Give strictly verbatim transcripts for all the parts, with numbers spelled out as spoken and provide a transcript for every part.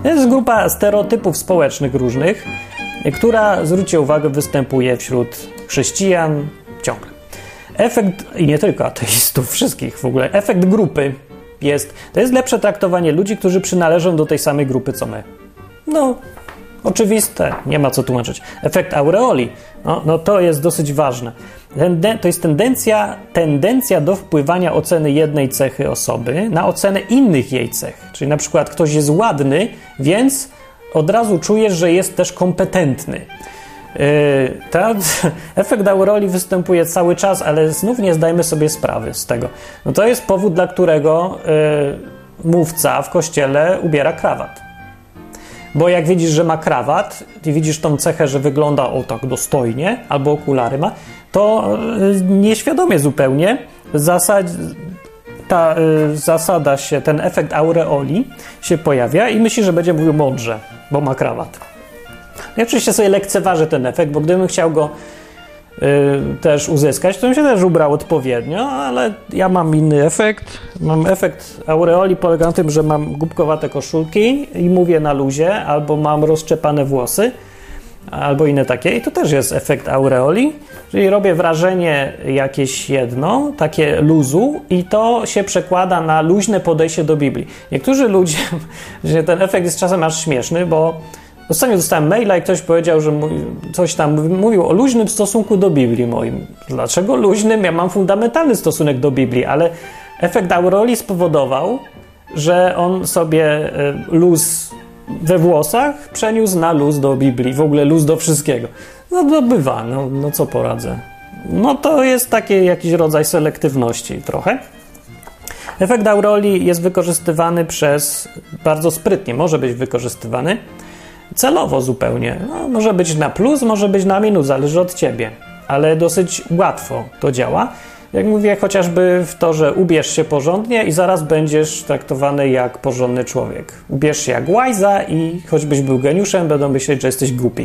To jest grupa stereotypów społecznych różnych, która, zwróćcie uwagę, występuje wśród chrześcijan ciągle. Efekt, i nie tylko ateistów, wszystkich w ogóle, efekt grupy jest, to jest lepsze traktowanie ludzi, którzy przynależą do tej samej grupy co my. No, oczywiste, nie ma co tłumaczyć. Efekt aureoli, no, no to jest dosyć ważne. To jest tendencja, tendencja do wpływania oceny jednej cechy osoby na ocenę innych jej cech. Czyli na przykład ktoś jest ładny, więc od razu czujesz, że jest też kompetentny. Yy, ten efekt aureoli występuje cały czas, ale znów nie zdajemy sobie sprawy z tego. No to jest powód, dla którego yy, mówca w kościele ubiera krawat. Bo jak widzisz, że ma krawat i widzisz tą cechę, że wygląda o tak dostojnie, albo okulary ma, to yy, nieświadomie zupełnie zasad, ta yy, zasada się, ten efekt aureoli się pojawia i myśli, że będzie mówił mądrze, bo ma krawat. Ja oczywiście sobie lekceważę ten efekt, bo gdybym chciał go y, też uzyskać, to bym się też ubrał odpowiednio, ale ja mam inny efekt. Mam efekt aureoli, polega na tym, że mam głupkowate koszulki i mówię na luzie, albo mam rozczepane włosy, albo inne takie. I to też jest efekt aureoli, czyli robię wrażenie jakieś jedno, takie luzu i to się przekłada na luźne podejście do Biblii. Niektórzy ludzie, że ten efekt jest czasem aż śmieszny, bo ostatnio dostałem maila i ktoś powiedział, że coś tam mówił o luźnym stosunku do Biblii moim. Dlaczego luźnym? Ja mam fundamentalny stosunek do Biblii, ale efekt aureoli spowodował, że on sobie luz we włosach przeniósł na luz do Biblii, w ogóle luz do wszystkiego. No to bywa, no, no co poradzę. No to jest taki jakiś rodzaj selektywności trochę. Efekt aureoli jest wykorzystywany przez, bardzo sprytnie może być wykorzystywany, celowo zupełnie. No, może być na plus, może być na minus, zależy od ciebie. Ale dosyć łatwo to działa. Jak mówię, chociażby w to, że ubierz się porządnie i zaraz będziesz traktowany jak porządny człowiek. Ubierz się jak łajza i choćbyś był geniuszem, będą myśleć, że jesteś głupi.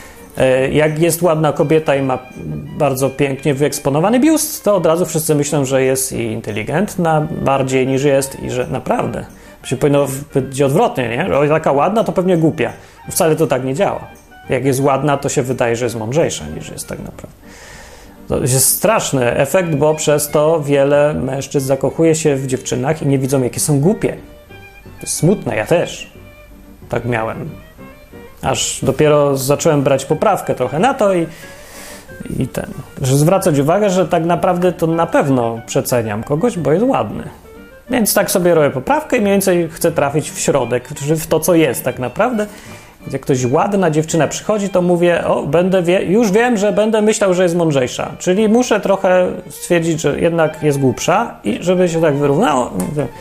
Jak jest ładna kobieta i ma bardzo pięknie wyeksponowany biust, to od razu wszyscy myślą, że jest i inteligentna bardziej niż jest i że naprawdę się powinno być odwrotnie, nie? Że taka ładna, to pewnie głupia. Wcale to tak nie działa. Jak jest ładna, to się wydaje, że jest mądrzejsza niż jest tak naprawdę. To jest straszny efekt, bo przez to wiele mężczyzn zakochuje się w dziewczynach i nie widzą, jakie są głupie. To jest smutne, ja też tak miałem. Aż dopiero zacząłem brać poprawkę trochę na to i, i ten, że zwracać uwagę, że tak naprawdę to na pewno przeceniam kogoś, bo jest ładny. Więc tak sobie robię poprawkę i mniej więcej chcę trafić w środek, w to, co jest tak naprawdę. Jak ktoś ładna dziewczyna przychodzi, to mówię, o, będę wie, już wiem, że będę myślał, że jest mądrzejsza. Czyli muszę trochę stwierdzić, że jednak jest głupsza i żeby się tak wyrównało,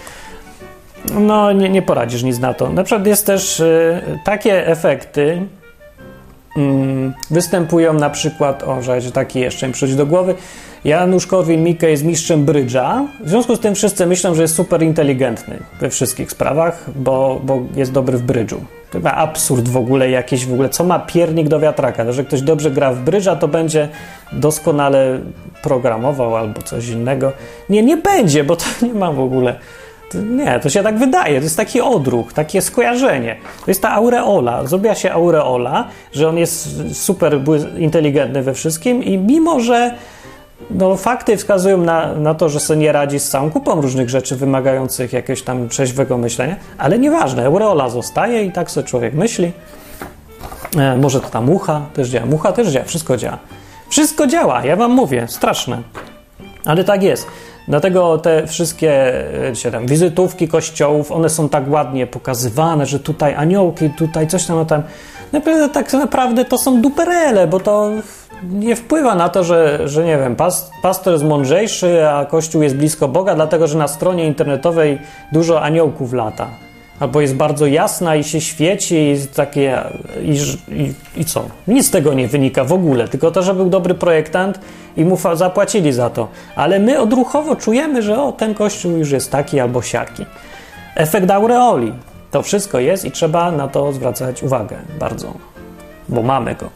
no nie, nie poradzisz nic na to. Na przykład jest też y, takie efekty y, występują na przykład, o, że taki jeszcze mi przychodzi do głowy, Janusz Korwin-Mikke jest mistrzem brydża, w związku z tym wszyscy myślą, że jest super inteligentny we wszystkich sprawach, bo, bo jest dobry w brydżu. To chyba absurd w ogóle jakiś, w ogóle co ma piernik do wiatraka, że ktoś dobrze gra w brydża, to będzie doskonale programował albo coś innego. Nie, nie będzie, bo to nie ma w ogóle. To, nie, to się tak wydaje, to jest taki odruch, takie skojarzenie. To jest ta aureola, zrobiła się aureola, że on jest super inteligentny we wszystkim i mimo, że no, fakty wskazują na, na to, że sobie nie radzi z całą kupą różnych rzeczy wymagających jakiegoś tam trzeźwego myślenia, ale nieważne, aureola zostaje i tak sobie człowiek myśli. E, może to ta mucha też działa. Mucha też działa, wszystko działa. Wszystko działa, ja wam mówię, straszne. Ale tak jest. Dlatego te wszystkie się tam, wizytówki kościołów, one są tak ładnie pokazywane, że tutaj aniołki, tutaj coś tam, tam. Naprawdę, tak naprawdę to są duperele, bo to nie wpływa na to, że, że nie wiem, pas, pastor jest mądrzejszy, a kościół jest blisko Boga, dlatego że na stronie internetowej dużo aniołków lata. Albo jest bardzo jasna i się świeci i takie i, i, i co? Nic z tego nie wynika w ogóle, tylko to, że był dobry projektant i mu zapłacili za to. Ale my odruchowo czujemy, że o, ten kościół już jest taki albo siaki. Efekt aureoli. To wszystko jest i trzeba na to zwracać uwagę bardzo, bo mamy go.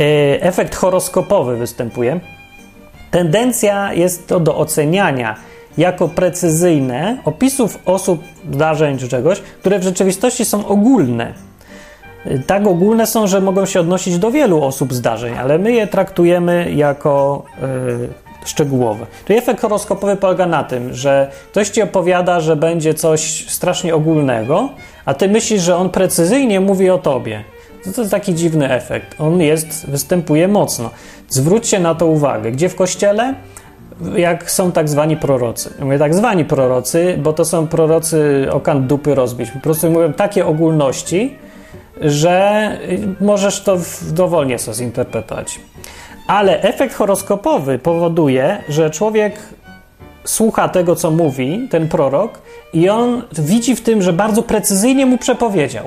Efekt horoskopowy występuje. Tendencja jest to do oceniania jako precyzyjne opisów osób, zdarzeń czy czegoś, które w rzeczywistości są ogólne. Tak ogólne są, że mogą się odnosić do wielu osób, zdarzeń, ale my je traktujemy jako yy, szczegółowe. Czyli efekt horoskopowy polega na tym, że ktoś ci opowiada, że będzie coś strasznie ogólnego, a ty myślisz, że on precyzyjnie mówi o tobie. To jest taki dziwny efekt. On jest, występuje mocno. Zwróćcie na to uwagę. Gdzie w kościele? Jak są tak zwani prorocy. Mówię tak zwani prorocy, bo to są prorocy o kant dupy rozbić. Po prostu mówią takie ogólności, że możesz to dowolnie sobie zinterpretować. Ale efekt horoskopowy powoduje, że człowiek słucha tego, co mówi ten prorok i on widzi w tym, że bardzo precyzyjnie mu przepowiedział.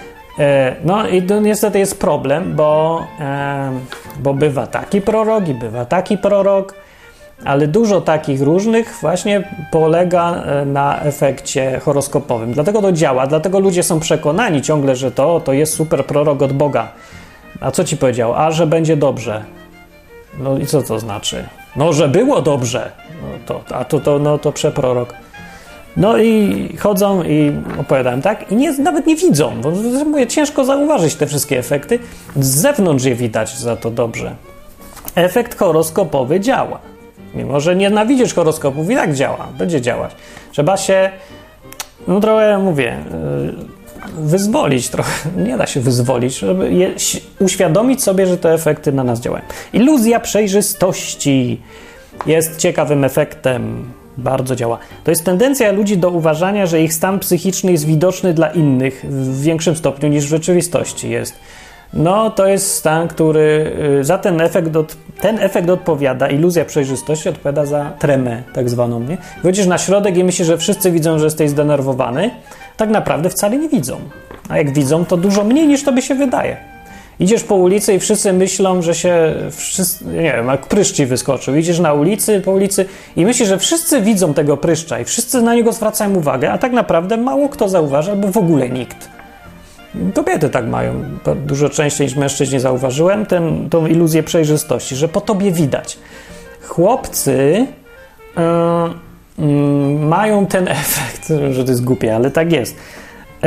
No i to niestety jest problem, bo, bo bywa taki prorok i bywa taki prorok, ale dużo takich różnych właśnie polega na efekcie horoskopowym. Dlatego to działa, dlatego ludzie są przekonani ciągle, że to, to jest super prorok od Boga. A co ci powiedział? A, że będzie dobrze. No i co to znaczy? No, że było dobrze. No to, a to, to, no, to przeprorok. No i chodzą i opowiadają, tak? I nie, nawet nie widzą, bo mówię, ciężko zauważyć te wszystkie efekty. Z zewnątrz je widać za to dobrze. Efekt horoskopowy działa. Mimo że nienawidzisz horoskopów, i tak działa, będzie działać. Trzeba się, no trochę mówię, wyzwolić trochę, nie da się wyzwolić, żeby je, uświadomić sobie, że te efekty na nas działają. Iluzja przejrzystości jest ciekawym efektem, bardzo działa. To jest tendencja ludzi do uważania, że ich stan psychiczny jest widoczny dla innych w większym stopniu niż w rzeczywistości jest. No, to jest stan, który za ten efekt, od, ten efekt odpowiada, iluzja przejrzystości odpowiada za tremę tak zwaną, nie? Wychodzisz na środek i myślisz, że wszyscy widzą, że jesteś zdenerwowany, tak naprawdę wcale nie widzą. A jak widzą, to dużo mniej niż tobie się wydaje. Idziesz po ulicy i wszyscy myślą, że się, wszyscy, nie wiem, jak pryszcz ci wyskoczył. Idziesz na ulicy, po ulicy i myślisz, że wszyscy widzą tego pryszcza i wszyscy na niego zwracają uwagę, a tak naprawdę mało kto zauważa, albo w ogóle nikt. Kobiety tak mają, dużo częściej niż mężczyźni zauważyłem, ten, tą iluzję przejrzystości, że po tobie widać. Chłopcy yy, yy, mają ten efekt, że to jest głupie, ale tak jest. Yy,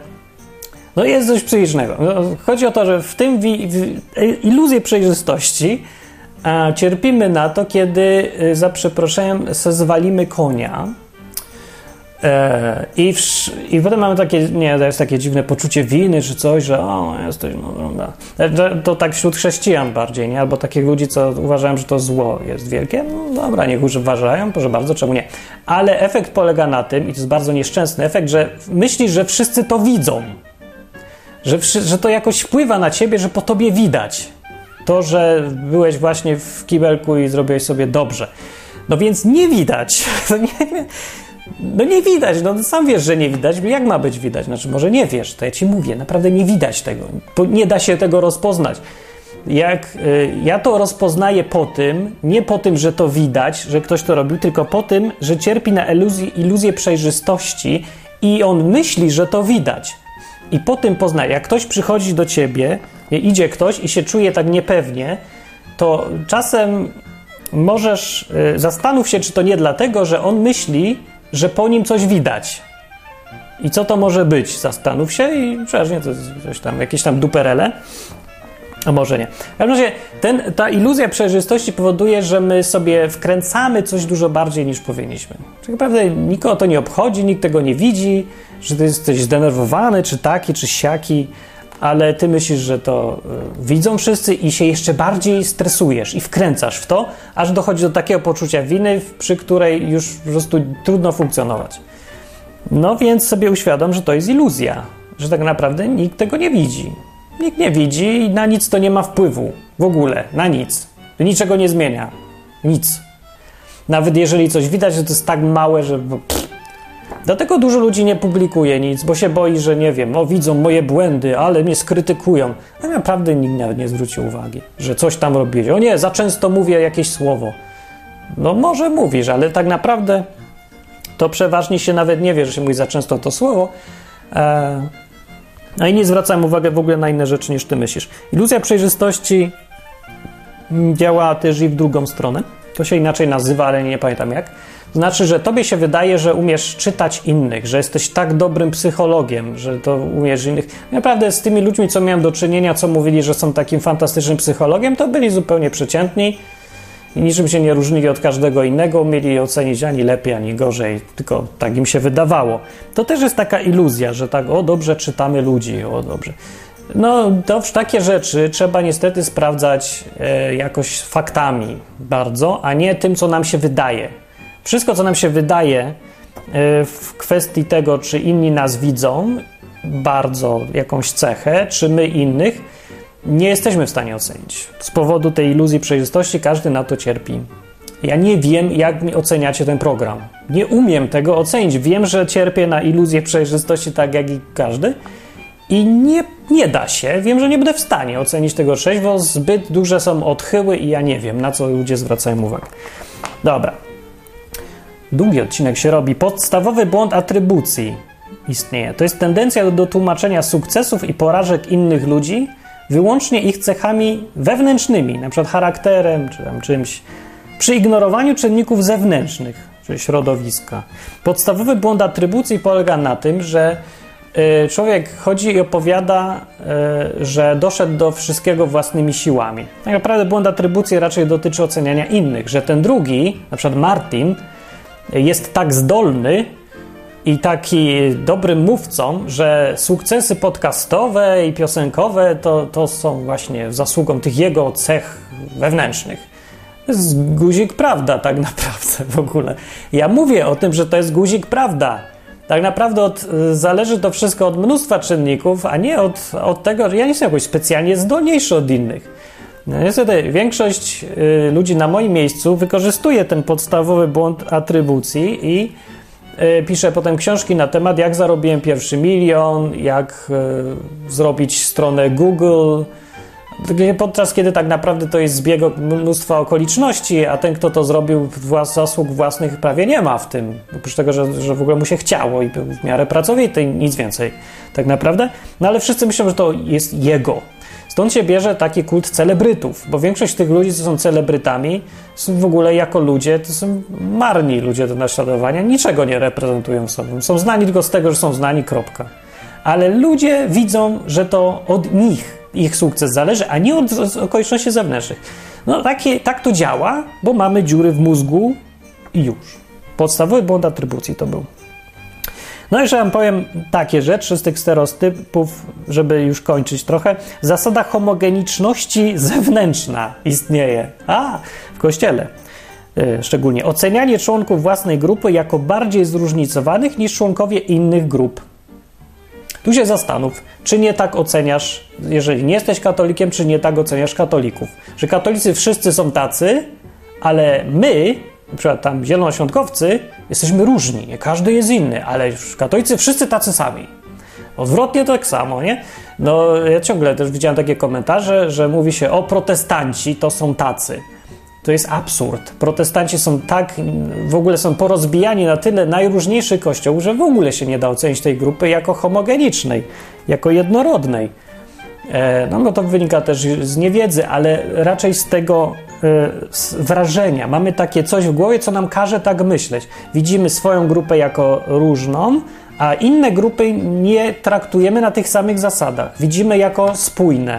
no jest coś psychicznego. Chodzi o to, że w tym wi- w iluzję przejrzystości yy, cierpimy na to, kiedy yy, za przeproszeniem se zwalimy konia. I, w, I potem mamy takie, nie, to jest takie dziwne poczucie winy, czy coś, że o, jesteś, no dobra. To tak wśród chrześcijan bardziej, nie? Albo takich ludzi, co uważają, że to zło jest wielkie. No dobra, niech uważają, proszę bardzo, czemu nie? Ale efekt polega na tym, i to jest bardzo nieszczęsny efekt, że myślisz, że wszyscy to widzą. Że, że to jakoś wpływa na ciebie, że po tobie widać. To, że byłeś właśnie w kibelku i zrobiłeś sobie dobrze. No więc nie widać. To nie No nie widać, no sam wiesz, że nie widać, jak ma być widać? Znaczy może nie wiesz, to ja ci mówię, naprawdę nie widać tego, nie da się tego rozpoznać. Jak y, ja to rozpoznaję po tym, nie po tym, że to widać, że ktoś to robił, tylko po tym, że cierpi na iluzję, iluzję przejrzystości i on myśli, że to widać. I po tym poznaje, jak ktoś przychodzi do ciebie, idzie ktoś i się czuje tak niepewnie, to czasem możesz, y, zastanów się, czy to nie dlatego, że on myśli, że po nim coś widać. I co to może być? Zastanów się i przeważnie to jest coś tam, jakieś tam duperele. A może nie. W każdym razie ten, ta iluzja przejrzystości powoduje, że my sobie wkręcamy coś dużo bardziej niż powinniśmy. Tak naprawdę nikogo to nie obchodzi, nikt tego nie widzi, że ty jesteś zdenerwowany, czy taki, czy siaki, ale ty myślisz, że to y, widzą wszyscy i się jeszcze bardziej stresujesz i wkręcasz w to, aż dochodzi do takiego poczucia winy, przy której już po prostu trudno funkcjonować. No więc sobie uświadom, że to jest iluzja, że tak naprawdę nikt tego nie widzi. Nikt nie widzi i na nic to nie ma wpływu. W ogóle, na nic. Niczego nie zmienia. Nic. Nawet jeżeli coś widać, to jest tak małe, że... Pff. Dlatego dużo ludzi nie publikuje nic, bo się boi, że nie wiem, o widzą moje błędy, ale mnie skrytykują. A naprawdę nikt nawet nie zwrócił uwagi, że coś tam robisz. O nie, za często mówię jakieś słowo. No może mówisz, ale tak naprawdę to przeważnie się nawet nie wie, że się mówi za często to słowo. Eee, no i nie zwracam uwagi w ogóle na inne rzeczy niż ty myślisz. Iluzja przejrzystości działa też i w drugą stronę. To się inaczej nazywa, ale nie pamiętam jak. To znaczy, że tobie się wydaje, że umiesz czytać innych, że jesteś tak dobrym psychologiem, że to umiesz innych. Naprawdę z tymi ludźmi, co miałem do czynienia, co mówili, że są takim fantastycznym psychologiem, to byli zupełnie przeciętni i niczym się nie różnili od każdego innego, umieli ocenić ani lepiej, ani gorzej, tylko tak im się wydawało. To też jest taka iluzja, że tak, o dobrze czytamy ludzi, o dobrze. No, to takie rzeczy trzeba niestety sprawdzać e, jakoś faktami bardzo, a nie tym, co nam się wydaje. Wszystko, co nam się wydaje e, w kwestii tego, czy inni nas widzą, bardzo jakąś cechę, czy my innych, nie jesteśmy w stanie ocenić. Z powodu tej iluzji przejrzystości każdy na to cierpi. Ja nie wiem, jak mi oceniacie ten program. Nie umiem tego ocenić. Wiem, że cierpię na iluzję przejrzystości tak jak i każdy i nie, nie da się. Wiem, że nie będę w stanie ocenić tego trzeźwo. Zbyt duże są odchyły i ja nie wiem, na co ludzie zwracają uwagę. Dobra. Długi odcinek się robi. Podstawowy błąd atrybucji istnieje. To jest tendencja do tłumaczenia sukcesów i porażek innych ludzi wyłącznie ich cechami wewnętrznymi, na przykład charakterem czy tam czymś, przy ignorowaniu czynników zewnętrznych, czyli środowiska. Podstawowy błąd atrybucji polega na tym, że y, człowiek chodzi i opowiada, y, że doszedł do wszystkiego własnymi siłami. Tak naprawdę błąd atrybucji raczej dotyczy oceniania innych, że ten drugi, na przykład Martin, jest tak zdolny i taki dobrym mówcą, że sukcesy podcastowe i piosenkowe to, to są właśnie zasługą tych jego cech wewnętrznych. To jest guzik prawda tak naprawdę w ogóle. Ja mówię o tym, że to jest guzik prawda. Tak naprawdę od, zależy to wszystko od mnóstwa czynników, a nie od, od tego, że ja nie jestem jakoś specjalnie zdolniejszy od innych. No niestety większość y, ludzi na moim miejscu wykorzystuje ten podstawowy błąd atrybucji i piszę potem książki na temat, jak zarobiłem pierwszy milion, jak y, zrobić stronę Google, podczas kiedy tak naprawdę to jest zbieg mnóstwa okoliczności, a ten, kto to zrobił, włas, zasług własnych prawie nie ma w tym, oprócz tego, że, że w ogóle mu się chciało i był w miarę pracowity i nic więcej tak naprawdę. No ale wszyscy myślą, że to jest jego. Stąd się bierze taki kult celebrytów, bo większość tych ludzi, co są celebrytami, są w ogóle jako ludzie, to są marni ludzie do naśladowania, niczego nie reprezentują w sobie. Są znani tylko z tego, że są znani, kropka. Ale ludzie widzą, że to od nich ich sukces zależy, a nie od, od okoliczności zewnętrznych. No takie, tak to działa, bo mamy dziury w mózgu i już. Podstawowy błąd atrybucji to był. No i jeszcze wam powiem takie rzeczy z tych stereotypów, żeby już kończyć trochę. Zasada homogeniczności zewnętrzna istnieje. A, w kościele yy, szczególnie. Ocenianie członków własnej grupy jako bardziej zróżnicowanych niż członkowie innych grup. Tu się zastanów, czy nie tak oceniasz, jeżeli nie jesteś katolikiem, czy nie tak oceniasz katolików. Że katolicy wszyscy są tacy, ale my, na przykład tam zielonoświątkowcy, jesteśmy różni, nie? Każdy jest inny, ale katolicy wszyscy tacy sami. Odwrotnie tak samo, nie? No ja ciągle też widziałem takie komentarze, że mówi się, o protestanci to są tacy. To jest absurd. Protestanci są tak, w ogóle są porozbijani na tyle najróżniejszy kościół, że w ogóle się nie da ocenić tej grupy jako homogenicznej, jako jednorodnej. E, no, no to wynika też z niewiedzy, ale raczej z tego e, z wrażenia. Mamy takie coś w głowie, co nam każe tak myśleć. Widzimy swoją grupę jako różną, a inne grupy nie traktujemy na tych samych zasadach. Widzimy jako spójne.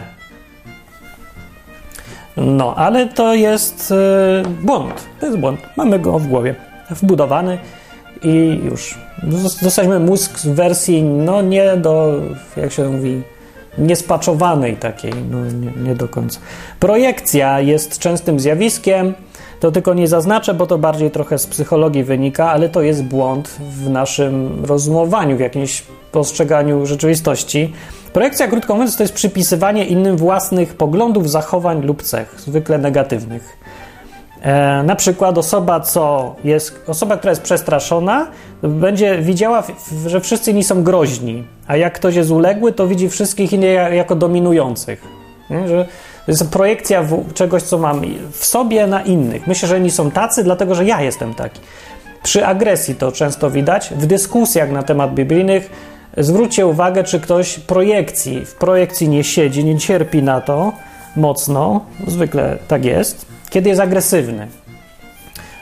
No, ale to jest e, błąd. To jest błąd. Mamy go w głowie wbudowany i już. Dostaliśmy mózg w wersji, no nie do, jak się mówi, niespaczowanej takiej, no nie, nie do końca. Projekcja jest częstym zjawiskiem, to tylko nie zaznaczę, bo to bardziej trochę z psychologii wynika, ale to jest błąd w naszym rozumowaniu, w jakimś postrzeganiu rzeczywistości. Projekcja, krótko mówiąc, to jest przypisywanie innym własnych poglądów, zachowań lub cech, zwykle negatywnych. E, na przykład osoba, co jest, osoba, która jest przestraszona, będzie widziała, że wszyscy inni są groźni, a jak ktoś jest uległy, to widzi wszystkich innych jako dominujących. Nie? Że to jest projekcja w, czegoś, co mam w sobie na innych. Myślę, że oni są tacy, dlatego że ja jestem taki. Przy agresji to często widać. W dyskusjach na temat biblijnych zwróćcie uwagę, czy ktoś projekcji, w projekcji nie siedzi, nie cierpi na to mocno, zwykle tak jest, kiedy jest agresywny.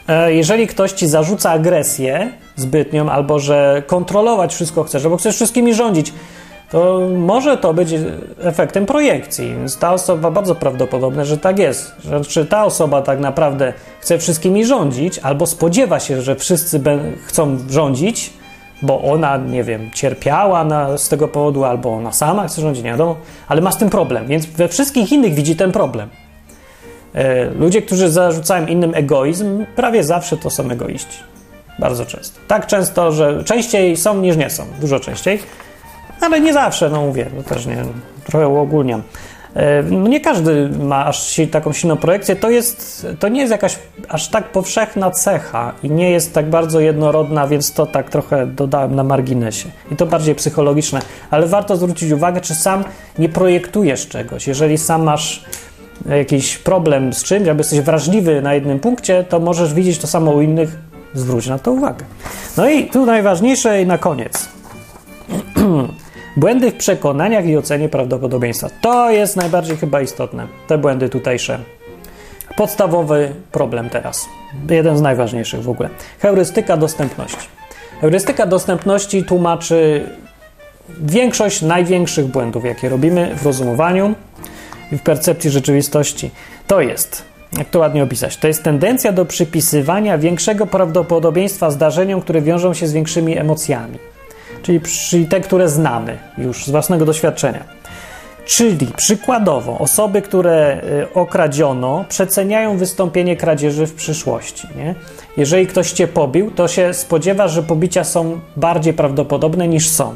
jeżeli ktoś ci zarzuca agresję zbytnią, albo że kontrolować wszystko chcesz, albo chcesz wszystkimi rządzić, to może to być efektem projekcji. Więc ta osoba, bardzo prawdopodobne, że tak jest. Że, czy ta osoba tak naprawdę chce wszystkimi rządzić, albo spodziewa się, że wszyscy be- chcą rządzić, bo ona, nie wiem, cierpiała na, z tego powodu, albo ona sama chce rządzić, nie wiadomo, ale ma z tym problem, więc we wszystkich innych widzi ten problem. E, ludzie, którzy zarzucają innym egoizm, prawie zawsze to są egoiści. Bardzo często. Tak często, że częściej są niż nie są. Dużo częściej. Ale nie zawsze, no mówię, to też nie, trochę uogólniam. No nie każdy ma aż taką silną projekcję, to jest, to nie jest jakaś aż tak powszechna cecha i nie jest tak bardzo jednorodna, więc to tak trochę dodałem na marginesie. I to bardziej psychologiczne, ale warto zwrócić uwagę, czy sam nie projektujesz czegoś. Jeżeli sam masz jakiś problem z czymś, albo jesteś wrażliwy na jednym punkcie, to możesz widzieć to samo u innych, zwróć na to uwagę. No i tu najważniejsze i na koniec. Błędy w przekonaniach i ocenie prawdopodobieństwa. To jest najbardziej chyba istotne. Te błędy tutejsze. Podstawowy problem teraz. Jeden z najważniejszych w ogóle. Heurystyka dostępności. Heurystyka dostępności tłumaczy większość największych błędów, jakie robimy w rozumowaniu i w percepcji rzeczywistości. To jest, jak to ładnie opisać, to jest tendencja do przypisywania większego prawdopodobieństwa zdarzeniom, które wiążą się z większymi emocjami. Czyli, czyli te, które znamy już z własnego doświadczenia. Czyli przykładowo osoby, które okradziono, przeceniają wystąpienie kradzieży w przyszłości. Nie? Jeżeli ktoś cię pobił, to się spodziewa, że pobicia są bardziej prawdopodobne niż są.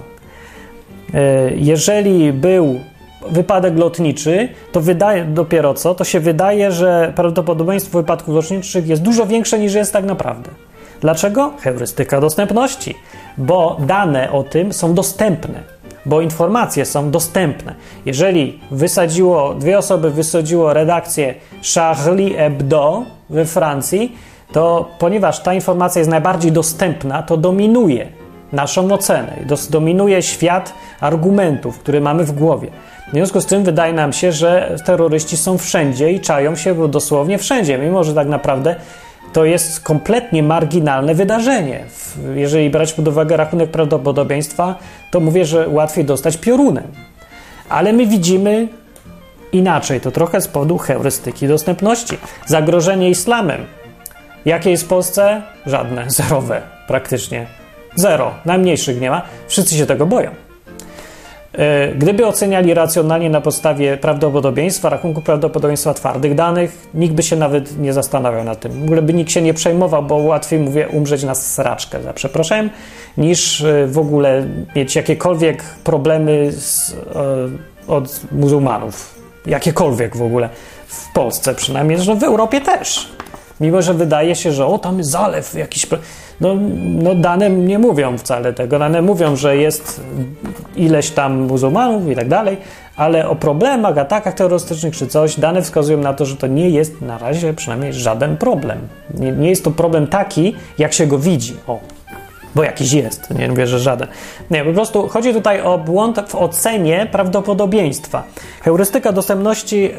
Jeżeli był wypadek lotniczy, to wydaje, dopiero co, to się wydaje, że prawdopodobieństwo wypadków lotniczych jest dużo większe niż jest tak naprawdę. Dlaczego? Heurystyka dostępności. Bo dane o tym są dostępne, bo informacje są dostępne. Jeżeli wysadziło, dwie osoby wysadziło redakcję Charlie Hebdo we Francji, to ponieważ ta informacja jest najbardziej dostępna, to dominuje naszą ocenę, dominuje świat argumentów, które mamy w głowie. W związku z tym wydaje nam się, że terroryści są wszędzie i czają się dosłownie wszędzie, mimo że tak naprawdę to jest kompletnie marginalne wydarzenie. Jeżeli brać pod uwagę rachunek prawdopodobieństwa, to mówię, że łatwiej dostać piorunem. Ale my widzimy inaczej, to trochę z powodu heurystyki dostępności. Zagrożenie islamem. Jakie jest w Polsce? Żadne, zerowe praktycznie. Zero, najmniejszych nie ma. Wszyscy się tego boją. Gdyby oceniali racjonalnie na podstawie prawdopodobieństwa, rachunku prawdopodobieństwa twardych danych, nikt by się nawet nie zastanawiał nad tym. W ogóle by nikt się nie przejmował, bo łatwiej, mówię, umrzeć na sraczkę, za przeproszeniem, niż w ogóle mieć jakiekolwiek problemy z, e, od muzułmanów. Jakiekolwiek w ogóle. W Polsce przynajmniej, zresztą w Europie też. Mimo że wydaje się, że o, tam jest zalew jakiś... No, no dane nie mówią wcale tego. Dane mówią, że jest ileś tam muzułmanów i tak dalej, ale o problemach, atakach terrorystycznych czy coś, dane wskazują na to, że to nie jest na razie przynajmniej żaden problem. Nie, nie jest to problem taki, jak się go widzi. O, bo jakiś jest, nie mówię, że żaden. Nie, po prostu chodzi tutaj o błąd w ocenie prawdopodobieństwa. Heurystyka dostępności yy,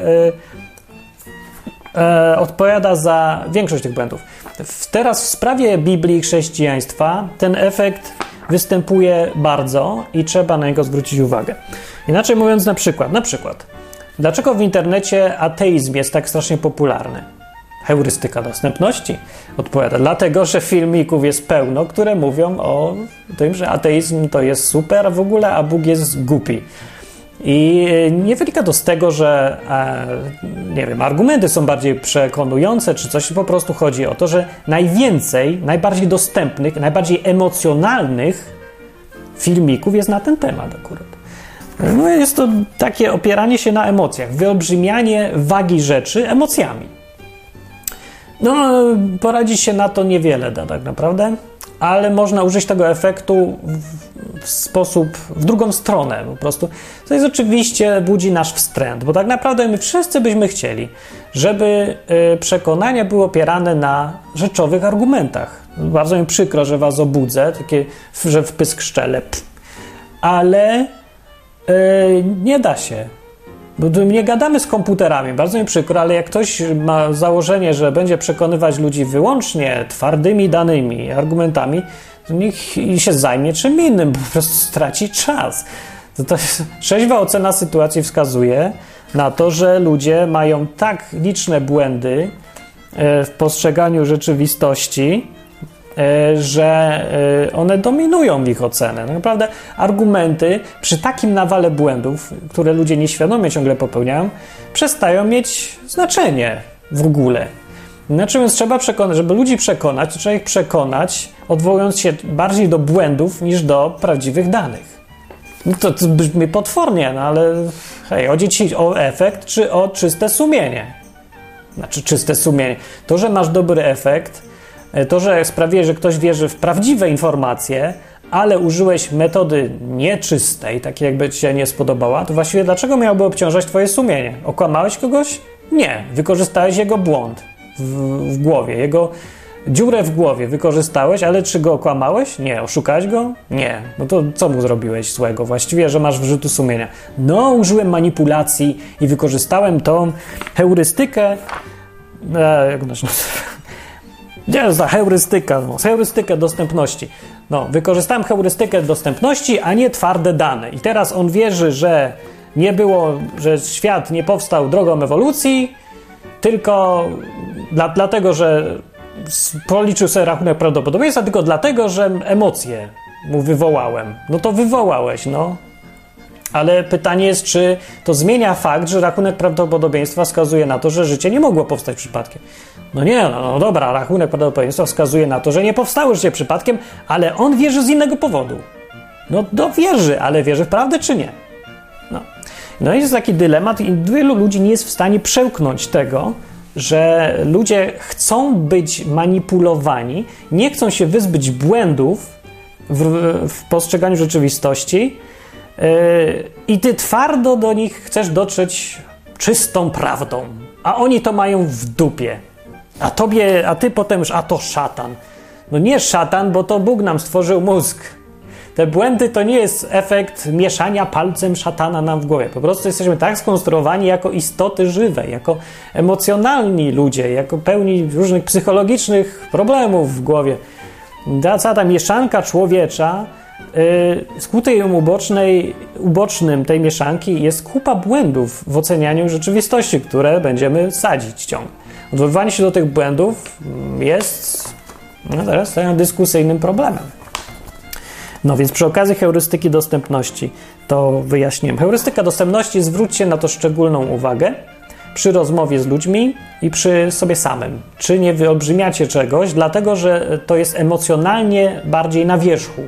yy, odpowiada za większość tych błędów. Teraz w sprawie Biblii i chrześcijaństwa ten efekt występuje bardzo i trzeba na niego zwrócić uwagę. Inaczej mówiąc, na przykład, na przykład, dlaczego w internecie ateizm jest tak strasznie popularny? Heurystyka dostępności odpowiada. Dlatego, że filmików jest pełno, które mówią o tym, że ateizm to jest super w ogóle, a Bóg jest głupi. I nie wynika to z tego, że e, nie wiem, argumenty są bardziej przekonujące, czy coś, po prostu chodzi o to, że najwięcej, najbardziej dostępnych, najbardziej emocjonalnych filmików jest na ten temat akurat. No jest to takie opieranie się na emocjach, wyolbrzymianie wagi rzeczy emocjami. No, poradzi się na to niewiele da tak naprawdę, ale można użyć tego efektu w, w sposób, w drugą stronę po prostu. To jest oczywiście budzi nasz wstręt, bo tak naprawdę my wszyscy byśmy chcieli, żeby y, przekonania były opierane na rzeczowych argumentach. Bardzo mi przykro, że was obudzę, takie, że w pysk szczelę, ale y, nie da się. Bo nie gadamy z komputerami, bardzo mi przykro, ale jak ktoś ma założenie, że będzie przekonywać ludzi wyłącznie twardymi danymi, argumentami, to niech się zajmie czym innym, po prostu straci czas. To, to jest, trzeźwa ocena sytuacji wskazuje na to, że ludzie mają tak liczne błędy w postrzeganiu rzeczywistości, że one dominują w ich ocenę. Naprawdę argumenty przy takim nawale błędów, które ludzie nieświadomie ciągle popełniają, przestają mieć znaczenie w ogóle. Znaczy, więc trzeba przekonać, żeby ludzi przekonać, trzeba ich przekonać, odwołując się bardziej do błędów niż do prawdziwych danych. No to, to brzmi potwornie, no ale hej, chodzi ci o efekt czy o czyste sumienie? Znaczy czyste sumienie. To, że masz dobry efekt, to, że sprawiłeś, że ktoś wierzy w prawdziwe informacje, ale użyłeś metody nieczystej, takiej jakby ci się nie spodobała, to właściwie dlaczego miałoby obciążać twoje sumienie? Okłamałeś kogoś? Nie. Wykorzystałeś jego błąd w, w głowie, jego dziurę w głowie wykorzystałeś, ale czy go okłamałeś? Nie. Oszukałeś go? Nie. No to co mu zrobiłeś złego? Właściwie, że masz wyrzuty sumienia. No, użyłem manipulacji i wykorzystałem tą heurystykę. E, jak ona się nazywa? Nie, za heurystyka, no, heurystykę dostępności. No, wykorzystałem heurystykę dostępności, a nie twarde dane. I teraz on wierzy, że nie było, że świat nie powstał drogą ewolucji, tylko dla, dlatego, że policzył sobie rachunek prawdopodobieństwa, tylko dlatego, że emocje mu wywołałem. No to wywołałeś, no. Ale pytanie jest, czy to zmienia fakt, że rachunek prawdopodobieństwa wskazuje na to, że życie nie mogło powstać przypadkiem. No nie, no, no dobra, rachunek prawdopodobieństwa wskazuje na to, że nie powstało życie przypadkiem, ale on wierzy z innego powodu. No to wierzy, ale wierzy w prawdę czy nie? No, no i jest taki dylemat i wielu ludzi nie jest w stanie przełknąć tego, że ludzie chcą być manipulowani, nie chcą się wyzbyć błędów w, w postrzeganiu rzeczywistości, Yy, i ty twardo do nich chcesz dotrzeć czystą prawdą, a oni to mają w dupie. A tobie, a ty potem już, a to szatan. No nie szatan, bo to Bóg nam stworzył mózg. Te błędy to nie jest efekt mieszania palcem szatana nam w głowie. Po prostu jesteśmy tak skonstruowani jako istoty żywe, jako emocjonalni ludzie, jako pełni różnych psychologicznych problemów w głowie. Ta cała ta mieszanka człowiecza, Yy, skutkiem ubocznej, ubocznym tej mieszanki jest kupa błędów w ocenianiu rzeczywistości, które będziemy sadzić ciągle. Odwoływanie się do tych błędów jest no teraz takim dyskusyjnym problemem. No więc przy okazji heurystyki dostępności to wyjaśniłem. Heurystyka dostępności, zwróćcie na to szczególną uwagę przy rozmowie z ludźmi i przy sobie samym. Czy nie wyolbrzymiacie czegoś, dlatego że to jest emocjonalnie bardziej na wierzchu.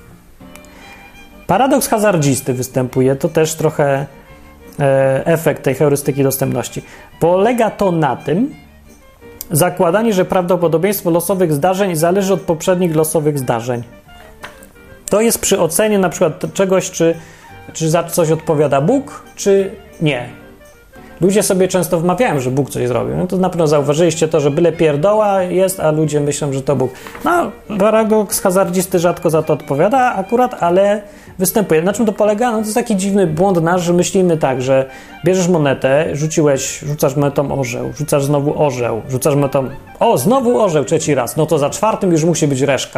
Paradoks hazardzisty występuje, to też trochę e, efekt tej heurystyki dostępności. Polega to na tym, zakładanie, że prawdopodobieństwo losowych zdarzeń zależy od poprzednich losowych zdarzeń. To jest przy ocenie na przykład czegoś, czy, czy za coś odpowiada Bóg, czy nie. Ludzie sobie często wmawiają, że Bóg coś zrobił. No to na pewno zauważyliście to, że byle pierdoła jest, a ludzie myślą, że to Bóg. No, paradoks hazardzisty rzadko za to odpowiada akurat, ale występuje. Na czym to polega? No to jest taki dziwny błąd nasz, że myślimy tak, że bierzesz monetę, rzuciłeś, rzucasz monetą orzeł, rzucasz znowu orzeł, rzucasz monetą, o, znowu orzeł trzeci raz, no to za czwartym już musi być reszka.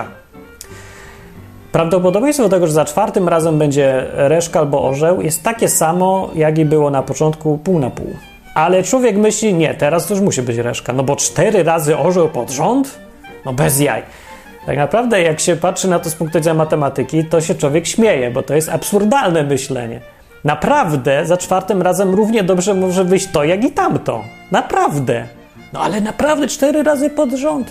Prawdopodobieństwo tego, że za czwartym razem będzie reszka albo orzeł jest takie samo, jak i było na początku, pół na pół. Ale człowiek myśli, nie, teraz to już musi być reszka, no bo cztery razy orzeł pod rząd? No bez jaj. Tak naprawdę jak się patrzy na to z punktu widzenia matematyki, to się człowiek śmieje, bo to jest absurdalne myślenie. Naprawdę za czwartym razem równie dobrze może wyjść to, jak i tamto. Naprawdę. No ale naprawdę cztery razy pod rząd.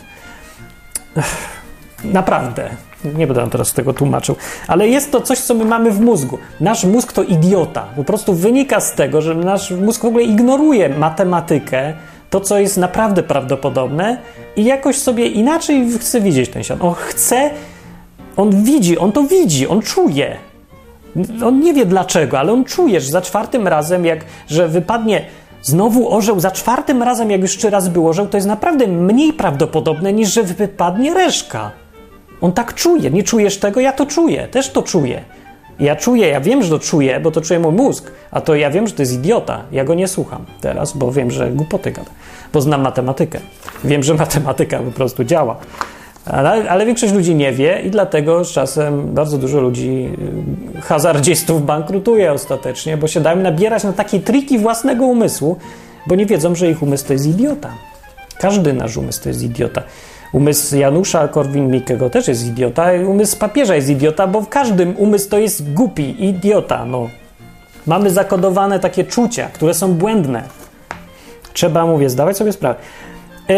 Naprawdę. Nie będę teraz tego tłumaczył. Ale jest to coś, co my mamy w mózgu. Nasz mózg to idiota. Po prostu wynika z tego, że nasz mózg w ogóle ignoruje matematykę, to, co jest naprawdę prawdopodobne i jakoś sobie inaczej chce widzieć ten świat. On chce, on widzi, on to widzi, on czuje. On nie wie dlaczego, ale on czuje, że za czwartym razem, jak, że wypadnie znowu orzeł, za czwartym razem, jak już trzy razy był orzeł, to jest naprawdę mniej prawdopodobne, niż że wypadnie reszka. On tak czuje. Nie czujesz tego? Ja to czuję. Też to czuję. Ja czuję, ja wiem, że to czuję, bo to czuje mój mózg, a to ja wiem, że to jest idiota. Ja go nie słucham teraz, bo wiem, że głupoty gada, bo znam matematykę. Wiem, że matematyka po prostu działa. Ale, ale większość ludzi nie wie i dlatego z czasem bardzo dużo ludzi, hazardzistów bankrutuje ostatecznie, bo się dają nabierać na takie triki własnego umysłu, bo nie wiedzą, że ich umysł to jest idiota. Każdy nasz umysł to jest idiota. Umysł Janusza Korwin-Mikkego też jest idiota, umysł papieża jest idiota, bo w każdym umysł to jest głupi, idiota. No. Mamy zakodowane takie czucia, które są błędne. Trzeba, mówię, zdawać sobie sprawę. Yy...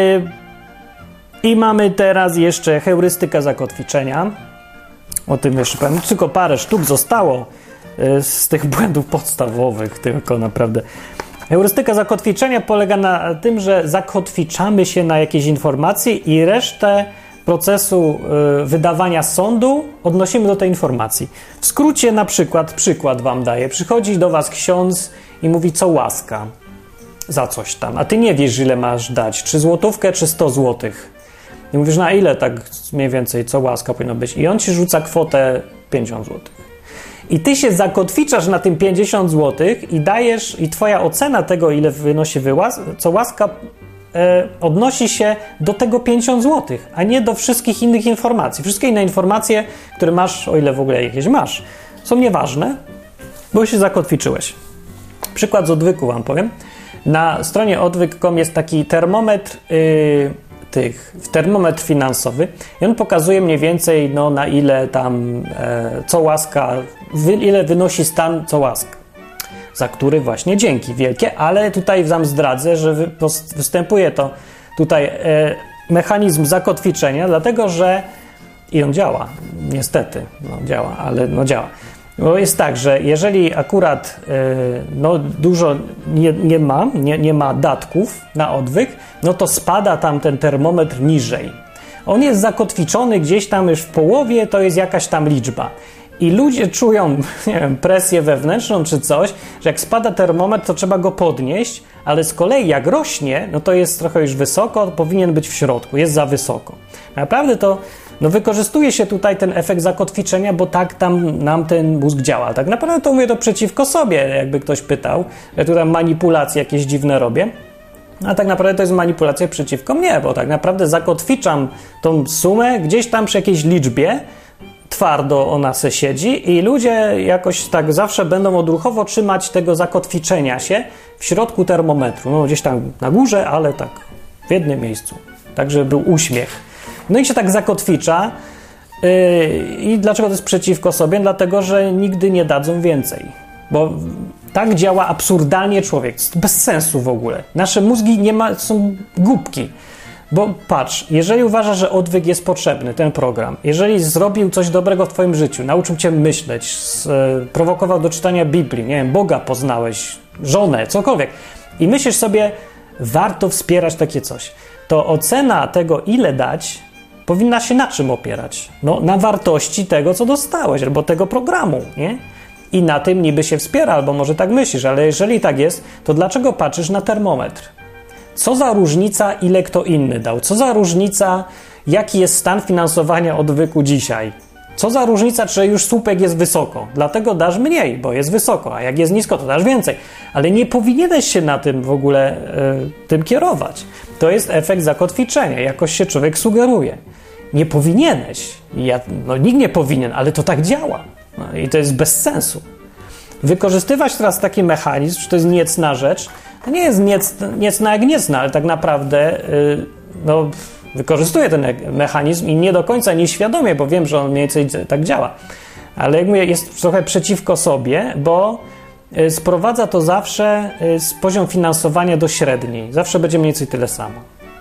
I mamy teraz jeszcze heurystykę zakotwiczenia. O tym jeszcze powiem. Tylko parę sztuk zostało yy, z tych błędów podstawowych, tylko naprawdę. Heurystyka zakotwiczenia polega na tym, że zakotwiczamy się na jakieś informacje i resztę procesu y, wydawania sądu odnosimy do tej informacji. W skrócie na przykład, przykład wam daję. Przychodzi do was ksiądz i mówi, co łaska za coś tam, a ty nie wiesz, ile masz dać, czy złotówkę, czy sto złotych. I mówisz, na ile tak mniej więcej, co łaska powinno być. I on ci rzuca kwotę pięćdziesiąt złotych. I ty się zakotwiczasz na tym pięćdziesiąt złotych i dajesz, i twoja ocena tego, ile wynosi wyłaz, co łaska e, odnosi się do tego pięćdziesiąt złotych, a nie do wszystkich innych informacji. Wszystkie inne informacje, które masz, o ile w ogóle jakieś masz, są nieważne, bo się zakotwiczyłeś. Przykład z odwyku wam powiem. Na stronie odwyk kropka com jest taki termometr yy, tych, termometr finansowy i on pokazuje mniej więcej, no, na ile tam e, co łaska, wy, ile wynosi stan co łaska, za który właśnie dzięki wielkie, ale tutaj wam zdradzę, że wy, występuje to tutaj e, mechanizm zakotwiczenia, dlatego że i on działa, niestety, no działa, ale no działa. Bo jest tak, że jeżeli akurat yy, no, dużo nie, nie ma, nie, nie ma datków na odwyk, no to spada tam ten termometr niżej. On jest zakotwiczony gdzieś tam już w połowie, to jest jakaś tam liczba. I ludzie czują, nie wiem, presję wewnętrzną czy coś, że jak spada termometr, to trzeba go podnieść, ale z kolei jak rośnie, no to jest trochę już wysoko, powinien być w środku, jest za wysoko. Naprawdę to no wykorzystuje się tutaj ten efekt zakotwiczenia, bo tak tam nam ten mózg działa. Tak naprawdę to mówię to przeciwko sobie, jakby ktoś pytał, że tu tam manipulacje jakieś dziwne robię. A tak naprawdę to jest manipulacja przeciwko mnie, bo tak naprawdę zakotwiczam tą sumę gdzieś tam przy jakiejś liczbie, twardo ona se siedzi i ludzie jakoś tak zawsze będą odruchowo trzymać tego zakotwiczenia się w środku termometru. No gdzieś tam na górze, ale tak w jednym miejscu. Tak, żeby był uśmiech. No i się tak zakotwicza. Yy, I dlaczego to jest przeciwko sobie? Dlatego, że nigdy nie dadzą więcej. Bo tak działa absurdalnie człowiek. To jest bez sensu w ogóle. Nasze mózgi nie ma, są głupki. Bo patrz, jeżeli uważasz, że odwyk jest potrzebny, ten program, jeżeli zrobił coś dobrego w twoim życiu, nauczył cię myśleć, sprowokował do czytania Biblii, nie wiem, Boga poznałeś, żonę, cokolwiek, i myślisz sobie, warto wspierać takie coś, to ocena tego, ile dać, powinna się na czym opierać? No, na wartości tego, co dostałeś, albo tego programu, nie? I na tym niby się wspiera, albo może tak myślisz, ale jeżeli tak jest, to dlaczego patrzysz na termometr? Co za różnica, ile kto inny dał? Co za różnica, jaki jest stan finansowania odwyku dzisiaj? Co za różnica, czy już słupek jest wysoko? Dlatego dasz mniej, bo jest wysoko, a jak jest nisko, to dasz więcej. Ale nie powinieneś się na tym w ogóle y, tym kierować. To jest efekt zakotwiczenia, jakoś się człowiek sugeruje. Nie powinieneś. Ja, no nikt nie powinien, ale to tak działa. No, i to jest bez sensu. Wykorzystywać teraz taki mechanizm, czy to jest niecna rzecz, to nie jest niec, niecna jak niecna, ale tak naprawdę y, no, wykorzystuję ten mechanizm i nie do końca nieświadomie, bo wiem, że on mniej więcej tak działa. Ale jak mówię, jest trochę przeciwko sobie, bo y, sprowadza to zawsze y, z poziom finansowania do średniej. Zawsze będzie mniej więcej tyle samo.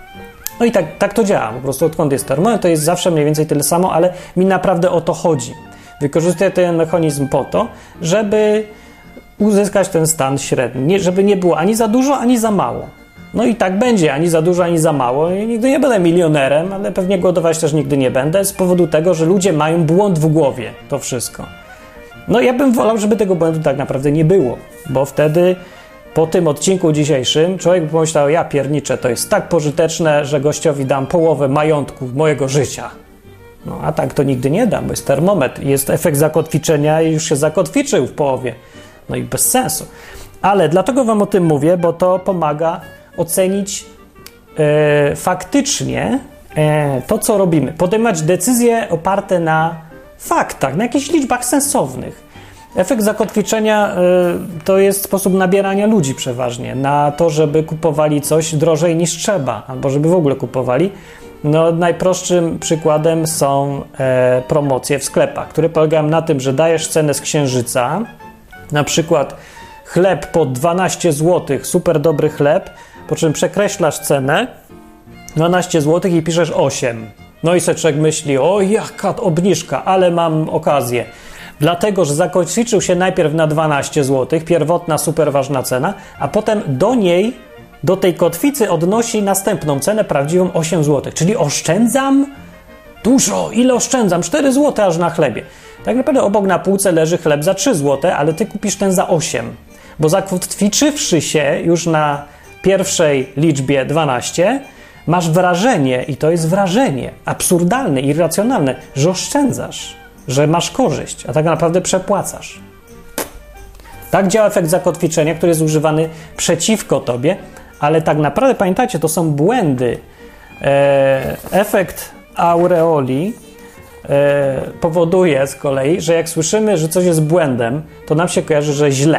No i tak, tak to działa. Po prostu odkąd jest termometr, to jest zawsze mniej więcej tyle samo, ale mi naprawdę o to chodzi. Wykorzystuję ten mechanizm po to, żeby uzyskać ten stan średni, nie, żeby nie było ani za dużo, ani za mało. No i tak będzie, ani za dużo, ani za mało. I nigdy nie będę milionerem, ale pewnie głodować też nigdy nie będę, z powodu tego, że ludzie mają błąd w głowie, to wszystko. No ja bym wolał, żeby tego błędu tak naprawdę nie było, bo wtedy po tym odcinku dzisiejszym człowiek by pomyślał, ja pierniczę, to jest tak pożyteczne, że gościowi dam połowę majątku mojego życia. No a tak to nigdy nie da, bo jest termometr, jest efekt zakotwiczenia i już się zakotwiczył w połowie. No i bez sensu. Ale dlatego wam o tym mówię, bo to pomaga ocenić e, faktycznie e, to, co robimy. Podejmować decyzje oparte na faktach, na jakichś liczbach sensownych. Efekt zakotwiczenia y, to jest sposób nabierania ludzi przeważnie na to, żeby kupowali coś drożej niż trzeba, albo żeby w ogóle kupowali. No, najprostszym przykładem są e, promocje w sklepach, które polegają na tym, że dajesz cenę z księżyca, na przykład chleb po dwanaście złotych, super dobry chleb, po czym przekreślasz cenę dwanaście złotych i piszesz osiem. No i sobie człowiek myśli, o jaka obniżka, ale mam okazję. Dlatego, że zakotwiczył się najpierw na dwanaście złotych, pierwotna, super ważna cena, a potem do niej, do tej kotwicy odnosi następną cenę, prawdziwą osiem złotych. Czyli oszczędzam dużo. Ile oszczędzam? cztery złote aż na chlebie. Tak naprawdę obok na półce leży chleb za trzy złote, ale ty kupisz ten za osiem. Bo zakotwiczywszy się już na pierwszej liczbie dwanaście, masz wrażenie, i to jest wrażenie absurdalne, irracjonalne, że oszczędzasz, że masz korzyść, a tak naprawdę przepłacasz. Tak działa efekt zakotwiczenia, który jest używany przeciwko tobie, ale tak naprawdę, pamiętajcie, to są błędy. E, efekt aureoli e, powoduje z kolei, że jak słyszymy, że coś jest błędem, to nam się kojarzy, że źle.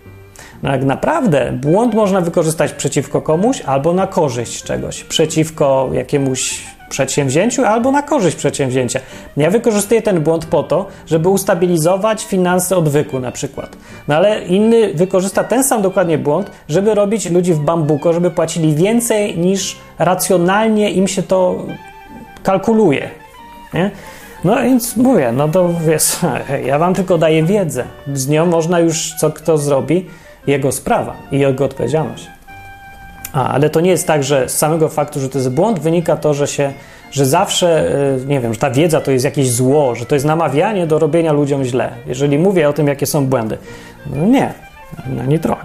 No jak naprawdę błąd można wykorzystać przeciwko komuś albo na korzyść czegoś, przeciwko jakiemuś przedsięwzięciu albo na korzyść przedsięwzięcia. Ja wykorzystuję ten błąd po to, żeby ustabilizować finanse odwyku na przykład. No ale inny wykorzysta ten sam dokładnie błąd, żeby robić ludzi w bambuko, żeby płacili więcej niż racjonalnie im się to kalkuluje. Nie? No więc mówię, no to wiesz, ja wam tylko daję wiedzę. Z nią można już, co kto zrobi, jego sprawa i jego odpowiedzialność. A, ale to nie jest tak, że z samego faktu, że to jest błąd, wynika to, że się, że zawsze, nie wiem, że ta wiedza to jest jakieś zło, że to jest namawianie do robienia ludziom źle. Jeżeli mówię o tym, jakie są błędy. No nie, no nie trochę.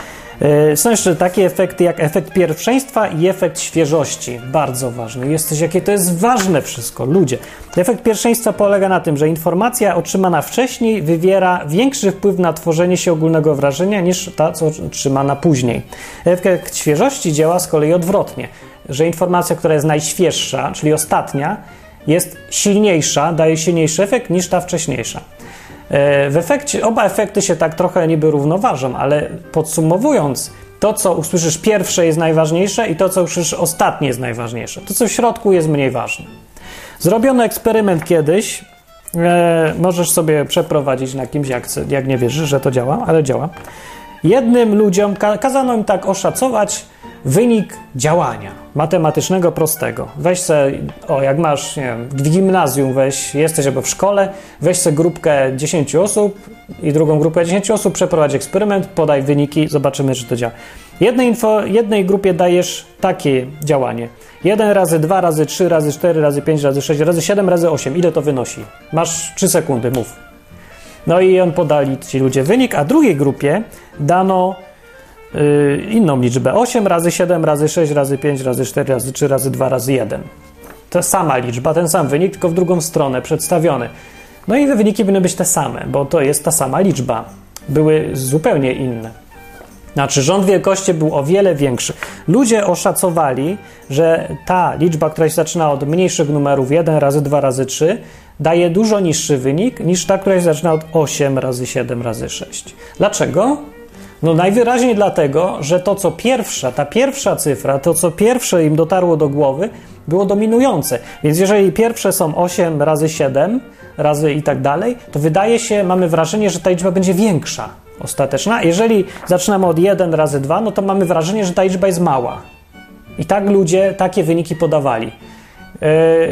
Są jeszcze takie efekty jak efekt pierwszeństwa i efekt świeżości. Bardzo ważny. Jesteś, jakie to jest ważne wszystko, ludzie. Efekt pierwszeństwa polega na tym, że informacja otrzymana wcześniej wywiera większy wpływ na tworzenie się ogólnego wrażenia niż ta, co otrzymana później. Efekt świeżości działa z kolei odwrotnie, że informacja, która jest najświeższa, czyli ostatnia, jest silniejsza, daje silniejszy efekt niż ta wcześniejsza. W efekcie, oba efekty się tak trochę niby równoważą, ale podsumowując, to co usłyszysz pierwsze jest najważniejsze i to co usłyszysz ostatnie jest najważniejsze. To co w środku jest mniej ważne. Zrobiono eksperyment kiedyś, e, możesz sobie przeprowadzić na kimś, jak, jak nie wierzysz, że to działa, ale działa. Jednym ludziom ka- kazano im tak oszacować wynik działania matematycznego prostego. Weź se, o jak masz, nie wiem, w gimnazjum weź, jesteś albo w szkole, weź se grupkę dziesięciu osób i drugą grupę dziesięciu osób, przeprowadź eksperyment, podaj wyniki, zobaczymy, czy to działa. Jednej, info, jednej grupie dajesz takie działanie. jeden razy dwa razy trzy razy cztery razy pięć razy sześć razy siedem razy osiem. Ile to wynosi? Masz trzy sekundy, mów. No i on podali ci ludzie wynik, a drugiej grupie dano Yy, inną liczbę. osiem razy siedem razy sześć razy pięć razy cztery razy trzy razy dwa razy jeden. To sama liczba, ten sam wynik, tylko w drugą stronę przedstawiony. No i te wyniki powinny być te same, bo to jest ta sama liczba. Były zupełnie inne. Znaczy rząd wielkości był o wiele większy. Ludzie oszacowali, że ta liczba, która się zaczyna od mniejszych numerów jeden razy dwa razy trzy, daje dużo niższy wynik niż ta, która się zaczyna od osiem razy siedem razy sześć. Dlaczego? No najwyraźniej dlatego, że to co pierwsza, ta pierwsza cyfra, to co pierwsze im dotarło do głowy, było dominujące. Więc jeżeli pierwsze są osiem razy siedem razy i tak dalej, to wydaje się, mamy wrażenie, że ta liczba będzie większa, ostateczna. Jeżeli zaczynamy od jeden razy dwa, no to mamy wrażenie, że ta liczba jest mała. I tak ludzie takie wyniki podawali. Yy,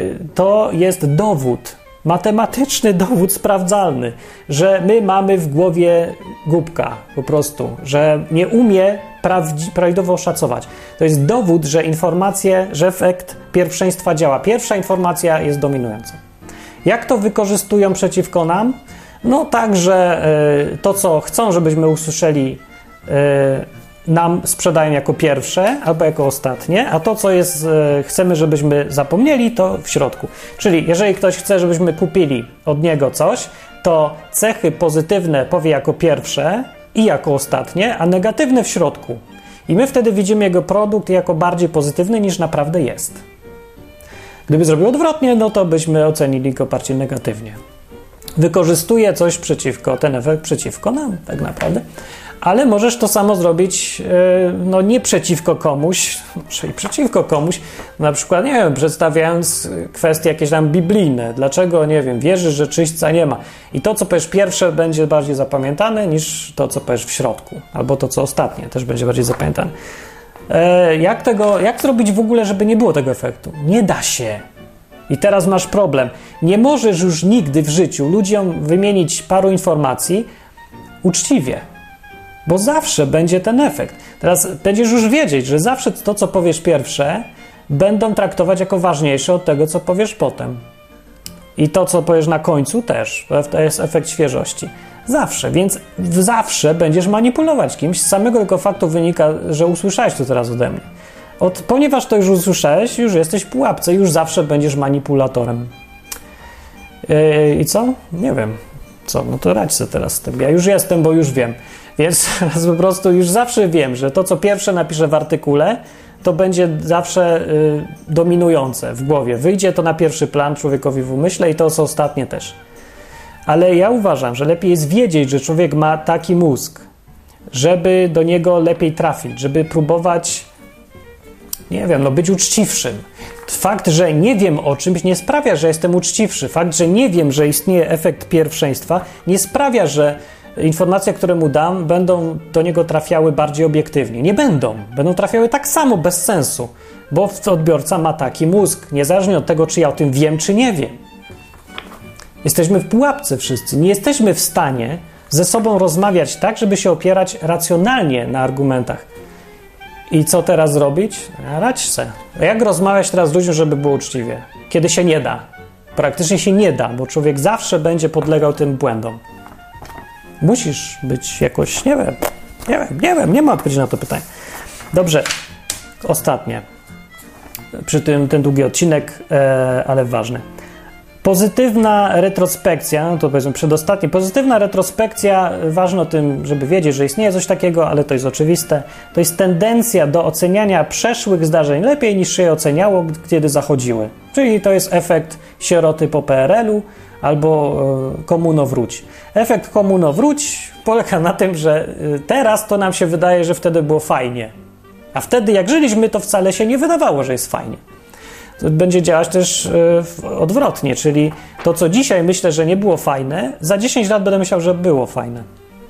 to jest dowód, matematyczny dowód sprawdzalny, że my mamy w głowie głupka po prostu, że nie umie prawdzi- prawidłowo oszacować. To jest dowód, że informacje, że efekt pierwszeństwa działa. Pierwsza informacja jest dominująca. Jak to wykorzystują przeciwko nam? No tak, że y, to, co chcą, żebyśmy usłyszeli, y, nam sprzedają jako pierwsze albo jako ostatnie, a to, co jest, e, chcemy, żebyśmy zapomnieli, to w środku. Czyli jeżeli ktoś chce, żebyśmy kupili od niego coś, to cechy pozytywne powie jako pierwsze i jako ostatnie, a negatywne w środku. I my wtedy widzimy jego produkt jako bardziej pozytywny niż naprawdę jest. Gdyby zrobił odwrotnie, no to byśmy ocenili go bardziej negatywnie. Wykorzystuje coś przeciwko, ten efekt przeciwko nam tak naprawdę. Ale możesz to samo zrobić, no nie przeciwko komuś, może i przeciwko komuś, na przykład, nie wiem, przedstawiając kwestie jakieś tam biblijne. Dlaczego, nie wiem, wierzysz, że czyśćca nie ma. I to, co powiesz pierwsze, będzie bardziej zapamiętane niż to, co powiesz w środku. Albo to, co ostatnie, też będzie bardziej zapamiętane. E, jak tego, jak zrobić w ogóle, żeby nie było tego efektu? Nie da się. I teraz masz problem. Nie możesz już nigdy w życiu ludziom wymienić paru informacji uczciwie. Bo zawsze będzie ten efekt. Teraz będziesz już wiedzieć, że zawsze to, co powiesz pierwsze, będą traktować jako ważniejsze od tego, co powiesz potem. I to, co powiesz na końcu też. To jest efekt świeżości. Zawsze. Więc zawsze będziesz manipulować kimś. Z samego tylko faktu wynika, że usłyszałeś to teraz ode mnie. Od, ponieważ to już usłyszałeś, już jesteś w pułapce. Już zawsze będziesz manipulatorem. Yy, I co? Nie wiem. Co? No to radź sobie teraz z tym. Ja już jestem, bo już wiem. Więc po prostu już zawsze wiem, że to, co pierwsze napiszę w artykule, to będzie zawsze y, dominujące w głowie. Wyjdzie to na pierwszy plan człowiekowi w umyśle i to, co ostatnie też. Ale ja uważam, że lepiej jest wiedzieć, że człowiek ma taki mózg, żeby do niego lepiej trafić, żeby próbować, nie wiem, no być uczciwszym. Fakt, że nie wiem o czymś, nie sprawia, że jestem uczciwszy. Fakt, że nie wiem, że istnieje efekt pierwszeństwa, nie sprawia, że informacje, które mu dam, będą do niego trafiały bardziej obiektywnie. Nie będą. Będą trafiały tak samo, bez sensu. Bo odbiorca ma taki mózg, niezależnie od tego, czy ja o tym wiem, czy nie wiem. Jesteśmy w pułapce wszyscy. Nie jesteśmy w stanie ze sobą rozmawiać tak, żeby się opierać racjonalnie na argumentach. I co teraz zrobić? Radź se. Jak rozmawiać teraz z ludźmi, żeby było uczciwie? Kiedy się nie da. Praktycznie się nie da, bo człowiek zawsze będzie podlegał tym błędom. Musisz być jakoś, nie wiem, nie wiem, nie wiem, nie ma odpowiedzi na to pytanie. Dobrze, ostatnie. Przy tym ten długi odcinek, e, ale ważny. Pozytywna retrospekcja, no to powiedzmy przedostatnie, pozytywna retrospekcja, ważne o tym, żeby wiedzieć, że istnieje coś takiego, ale to jest oczywiste, to jest tendencja do oceniania przeszłych zdarzeń lepiej niż się je oceniało, kiedy zachodziły. Czyli to jest efekt sieroty po P R L u albo e, komunowróć. Efekt komunowróć polega na tym, że teraz to nam się wydaje, że wtedy było fajnie, a wtedy jak żyliśmy, to wcale się nie wydawało, że jest fajnie. To będzie działać też yy, odwrotnie, czyli to, co dzisiaj myślę, że nie było fajne, za dziesięć lat będę myślał, że było fajne.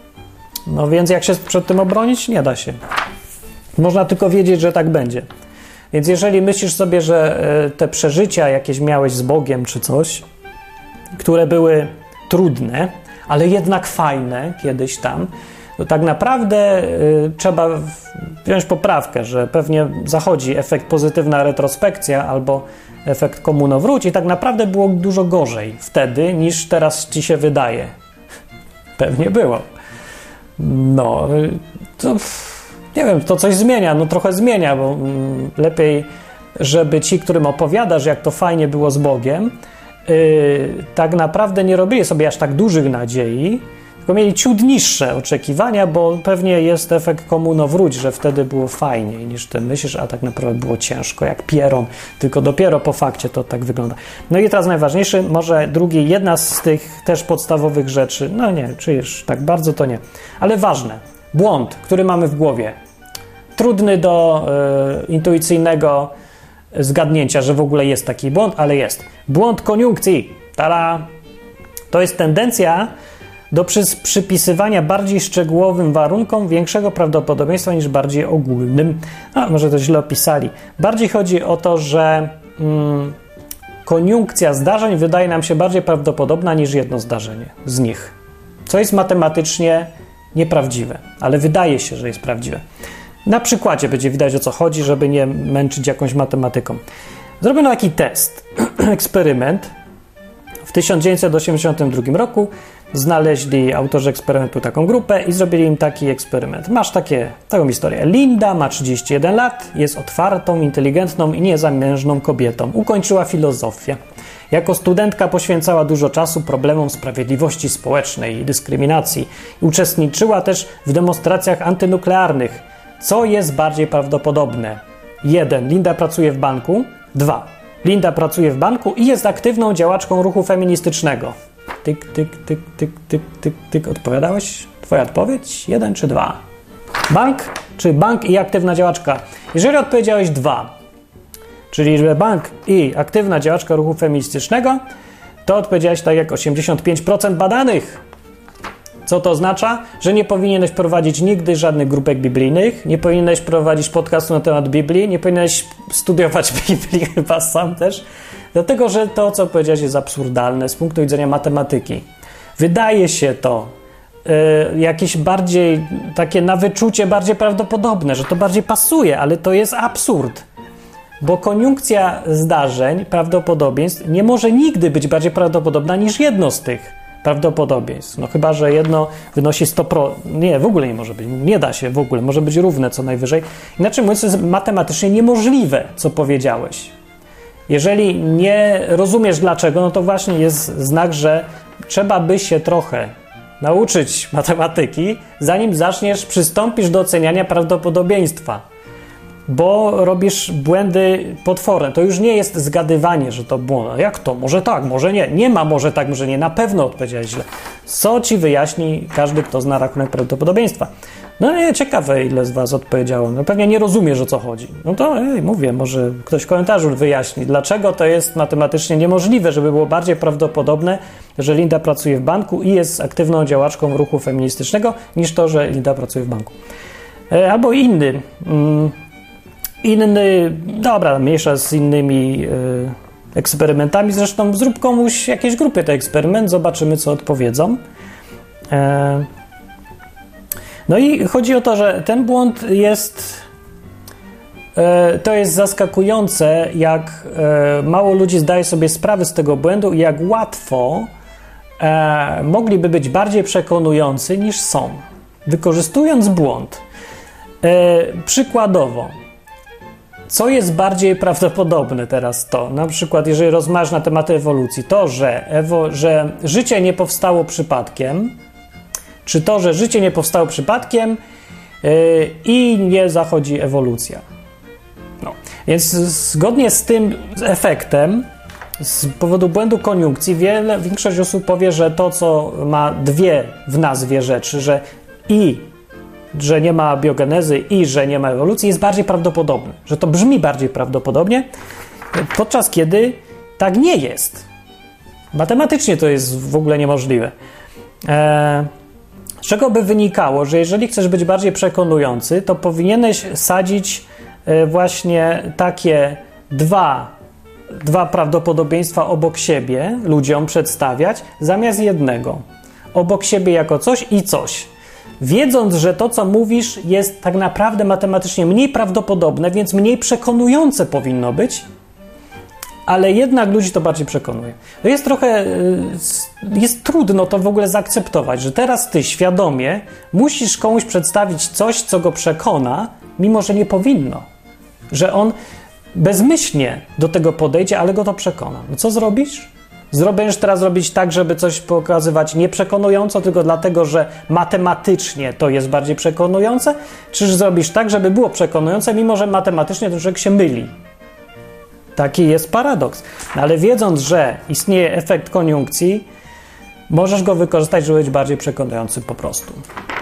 No więc jak się przed tym obronić? Nie da się. Można tylko wiedzieć, że tak będzie. Więc jeżeli myślisz sobie, że yy, te przeżycia jakieś miałeś z Bogiem czy coś, które były trudne, ale jednak fajne kiedyś tam, to tak naprawdę y, trzeba wziąć poprawkę, że pewnie zachodzi efekt pozytywna retrospekcja albo efekt komunowróć i tak naprawdę było dużo gorzej wtedy, niż teraz ci się wydaje. Pewnie było. No, to, nie wiem, to coś zmienia, no trochę zmienia, bo mm, lepiej, żeby ci, którym opowiadasz, jak to fajnie było z Bogiem, Yy, tak naprawdę nie robili sobie aż tak dużych nadziei, tylko mieli ciut niższe oczekiwania, bo pewnie jest efekt komunowróć, że wtedy było fajniej niż ty myślisz, a tak naprawdę było ciężko, jak pieron, tylko dopiero po fakcie to tak wygląda. No i teraz najważniejszy, może drugi, jedna z tych też podstawowych rzeczy, no nie, czyjesz tak bardzo to nie, ale ważne, błąd, który mamy w głowie, trudny do yy, intuicyjnego zgadnięcia, że w ogóle jest taki błąd, ale jest. Błąd koniunkcji. Tada! To jest tendencja do przy, przypisywania bardziej szczegółowym warunkom większego prawdopodobieństwa niż bardziej ogólnym. A może to źle opisali. Bardziej chodzi o to, że mm, koniunkcja zdarzeń wydaje nam się bardziej prawdopodobna niż jedno zdarzenie z nich. Co jest matematycznie nieprawdziwe, ale wydaje się, że jest prawdziwe. Na przykładzie będzie widać, o co chodzi, żeby nie męczyć jakąś matematyką. Zrobiono taki test, eksperyment w tysiąc dziewięćset osiemdziesiątym drugim roku znaleźli autorzy eksperymentu taką grupę i zrobili im taki eksperyment. Masz takie, taką historię. Linda ma trzydzieści jeden lat, jest otwartą, inteligentną i niezamężną kobietą. Ukończyła filozofię. Jako studentka poświęcała dużo czasu problemom sprawiedliwości społecznej i dyskryminacji. Uczestniczyła też w demonstracjach antynuklearnych. Co jest bardziej prawdopodobne? jeden. Linda pracuje w banku. dwa. Linda pracuje w banku i jest aktywną działaczką ruchu feministycznego. Tyk, tyk, tyk, tyk, tyk, tyk, tyk. Odpowiadałeś? Twoja odpowiedź? jeden czy dwa? Bank czy bank i aktywna działaczka? Jeżeli odpowiedziałeś dwa, czyli że bank i aktywna działaczka ruchu feministycznego, to odpowiedziałeś tak jak osiemdziesiąt pięć procent badanych. Co to oznacza? Że nie powinieneś prowadzić nigdy żadnych grupek biblijnych, nie powinieneś prowadzić podcastu na temat Biblii, nie powinieneś studiować Biblii chyba sam też, dlatego że to, co powiedziałeś, jest absurdalne z punktu widzenia matematyki. Wydaje się to y, jakieś bardziej, takie na wyczucie bardziej prawdopodobne, że to bardziej pasuje, ale to jest absurd. Bo koniunkcja zdarzeń, prawdopodobieństw nie może nigdy być bardziej prawdopodobna niż jedno z tych prawdopodobieństw. No chyba, że jedno wynosi sto procent. Nie, w ogóle nie może być. Nie da się w ogóle. Może być równe co najwyżej. Inaczej mówiąc, to jest matematycznie niemożliwe, co powiedziałeś. Jeżeli nie rozumiesz dlaczego, no to właśnie jest znak, że trzeba by się trochę nauczyć matematyki, zanim zaczniesz, przystąpisz do oceniania prawdopodobieństwa. Bo robisz błędy potworne. To już nie jest zgadywanie, że to błąd. Jak to? Może tak, może nie. Nie ma może tak, może nie. Na pewno odpowiedziałeś źle. Co ci wyjaśni każdy, kto zna rachunek prawdopodobieństwa? No nie, ciekawe, ile z was odpowiedziało. No pewnie nie rozumiesz, o co chodzi. No to ej, mówię, może ktoś w komentarzu wyjaśni, dlaczego to jest matematycznie niemożliwe, żeby było bardziej prawdopodobne, że Linda pracuje w banku i jest aktywną działaczką ruchu feministycznego, niż to, że Linda pracuje w banku. E, albo inny... Mm, Inny, dobra, mniejsza z innymi y, eksperymentami. Zresztą zrób komuś jakiejś grupie ten eksperyment, zobaczymy, co odpowiedzą. E, no i chodzi o to, że ten błąd jest, e, to jest zaskakujące, jak e, mało ludzi zdaje sobie sprawę z tego błędu i jak łatwo e, mogliby być bardziej przekonujący niż są, wykorzystując błąd. E, przykładowo, co jest bardziej prawdopodobne teraz to? Na przykład, jeżeli rozmawiasz na temat ewolucji, to, że, ewo, że życie nie powstało przypadkiem, czy to, że życie nie powstało przypadkiem yy, i nie zachodzi ewolucja. No. Więc zgodnie z tym efektem, z powodu błędu koniunkcji, wiele, większość osób powie, że to, co ma dwie w nazwie rzeczy, że i że nie ma biogenezy i że nie ma ewolucji, jest bardziej prawdopodobne. Że to brzmi bardziej prawdopodobnie, podczas kiedy tak nie jest. Matematycznie to jest w ogóle niemożliwe. Eee, z czego by wynikało, że jeżeli chcesz być bardziej przekonujący, to powinieneś sadzić e, właśnie takie dwa, dwa prawdopodobieństwa obok siebie, ludziom przedstawiać, zamiast jednego. Obok siebie jako coś i coś. Wiedząc, że to, co mówisz, jest tak naprawdę matematycznie mniej prawdopodobne, więc mniej przekonujące powinno być, ale jednak ludzi to bardziej przekonuje. To jest trochę, jest trudno to w ogóle zaakceptować, że teraz ty świadomie musisz komuś przedstawić coś, co go przekona, mimo że nie powinno. Że on bezmyślnie do tego podejdzie, ale go to przekona. No co zrobisz? Zrobisz teraz robić tak, żeby coś pokazywać nieprzekonująco, tylko dlatego, że matematycznie to jest bardziej przekonujące? Czy zrobisz tak, żeby było przekonujące, mimo że matematycznie ten człowiek się myli? Taki jest paradoks. No, ale wiedząc, że istnieje efekt koniunkcji, możesz go wykorzystać, żeby być bardziej przekonujący po prostu.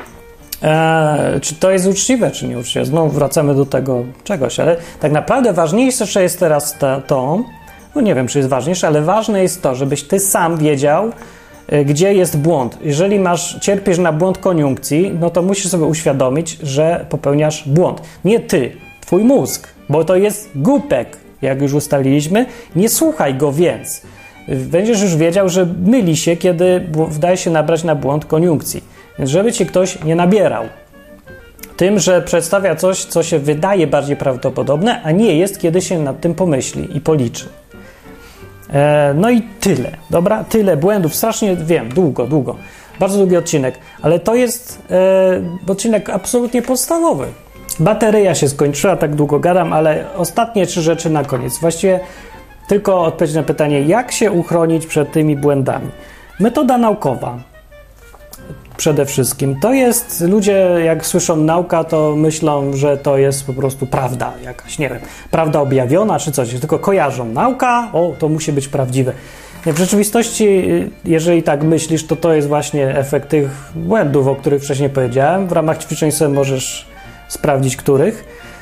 Eee, czy to jest uczciwe, czy nie uczciwe? Znowu wracamy do tego czegoś, ale tak naprawdę ważniejsze jest teraz to, to no nie wiem, czy jest ważniejsze, ale ważne jest to, żebyś ty sam wiedział, gdzie jest błąd. Jeżeli masz, cierpisz na błąd koniunkcji, no to musisz sobie uświadomić, że popełniasz błąd. Nie ty, twój mózg, bo to jest głupek, jak już ustaliliśmy. Nie słuchaj go więc. Będziesz już wiedział, że myli się, kiedy daje się nabrać na błąd koniunkcji. Więc żeby ci ktoś nie nabierał tym, że przedstawia coś, co się wydaje bardziej prawdopodobne, a nie jest, kiedy się nad tym pomyśli i policzy. E, no i tyle, dobra? Tyle błędów, strasznie wiem, długo, długo. Bardzo długi odcinek, ale to jest e, odcinek absolutnie podstawowy. Bateria się skończyła, tak długo gadam, ale ostatnie trzy rzeczy na koniec. Właściwie tylko odpowiedź na pytanie, jak się uchronić przed tymi błędami. Metoda naukowa przede wszystkim. To jest, ludzie jak słyszą nauka, to myślą, że to jest po prostu prawda jakaś, nie wiem, prawda objawiona czy coś, tylko kojarzą. Nauka, o, to musi być prawdziwe. W rzeczywistości, jeżeli tak myślisz, to to jest właśnie efekt tych błędów, o których wcześniej powiedziałem. W ramach ćwiczeń sobie możesz sprawdzić, których.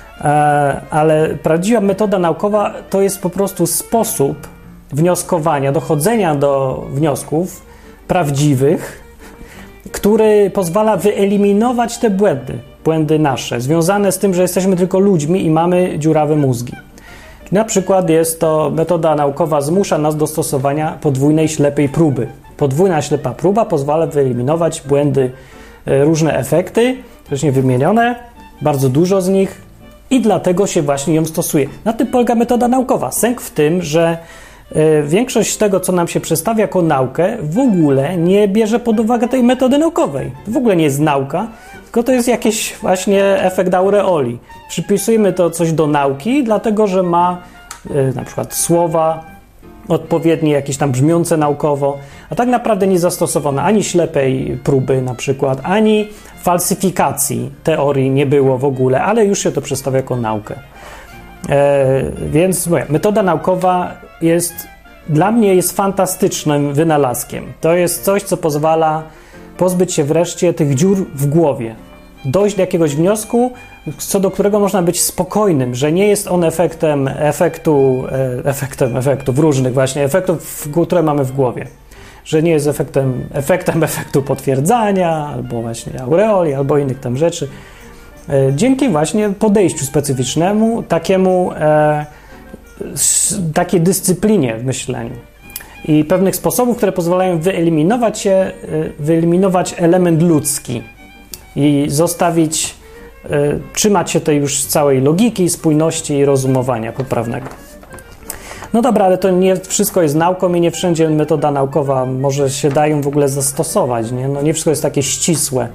Ale prawdziwa metoda naukowa to jest po prostu sposób wnioskowania, dochodzenia do wniosków prawdziwych, który pozwala wyeliminować te błędy, błędy nasze, związane z tym, że jesteśmy tylko ludźmi i mamy dziurawe mózgi. Na przykład jest to metoda naukowa zmusza nas do stosowania podwójnej ślepej próby. Podwójna ślepa próba pozwala wyeliminować błędy, różne efekty, wcześniej wymienione, bardzo dużo z nich i dlatego się właśnie ją stosuje. Na tym polega metoda naukowa. Sęk w tym, że większość tego, co nam się przedstawia jako naukę, w ogóle nie bierze pod uwagę tej metody naukowej. W ogóle nie jest nauka, tylko to jest jakiś właśnie efekt aureoli. Przypisujemy to coś do nauki, dlatego że ma y, na przykład słowa odpowiednie, jakieś tam brzmiące naukowo, a tak naprawdę nie zastosowano ani ślepej próby na przykład, ani falsyfikacji teorii nie było w ogóle, ale już się to przedstawia jako naukę. E, więc mówię, metoda naukowa jest, dla mnie jest fantastycznym wynalazkiem. To jest coś, co pozwala pozbyć się wreszcie tych dziur w głowie. Dojść do jakiegoś wniosku, co do którego można być spokojnym, że nie jest on efektem efektu, efektem efektów różnych właśnie, efektów, które mamy w głowie. Że nie jest efektem, efektem efektu potwierdzania, albo właśnie aureoli, albo innych tam rzeczy. Dzięki właśnie podejściu specyficznemu, takiemu, e, takiej dyscyplinie w myśleniu i pewnych sposobów, które pozwalają wyeliminować się, wyeliminować element ludzki i zostawić, e, trzymać się tej już całej logiki, spójności i rozumowania poprawnego. No dobra, ale to nie wszystko jest nauką i nie wszędzie metoda naukowa może się dają w ogóle zastosować, nie? No nie wszystko jest takie ścisłe.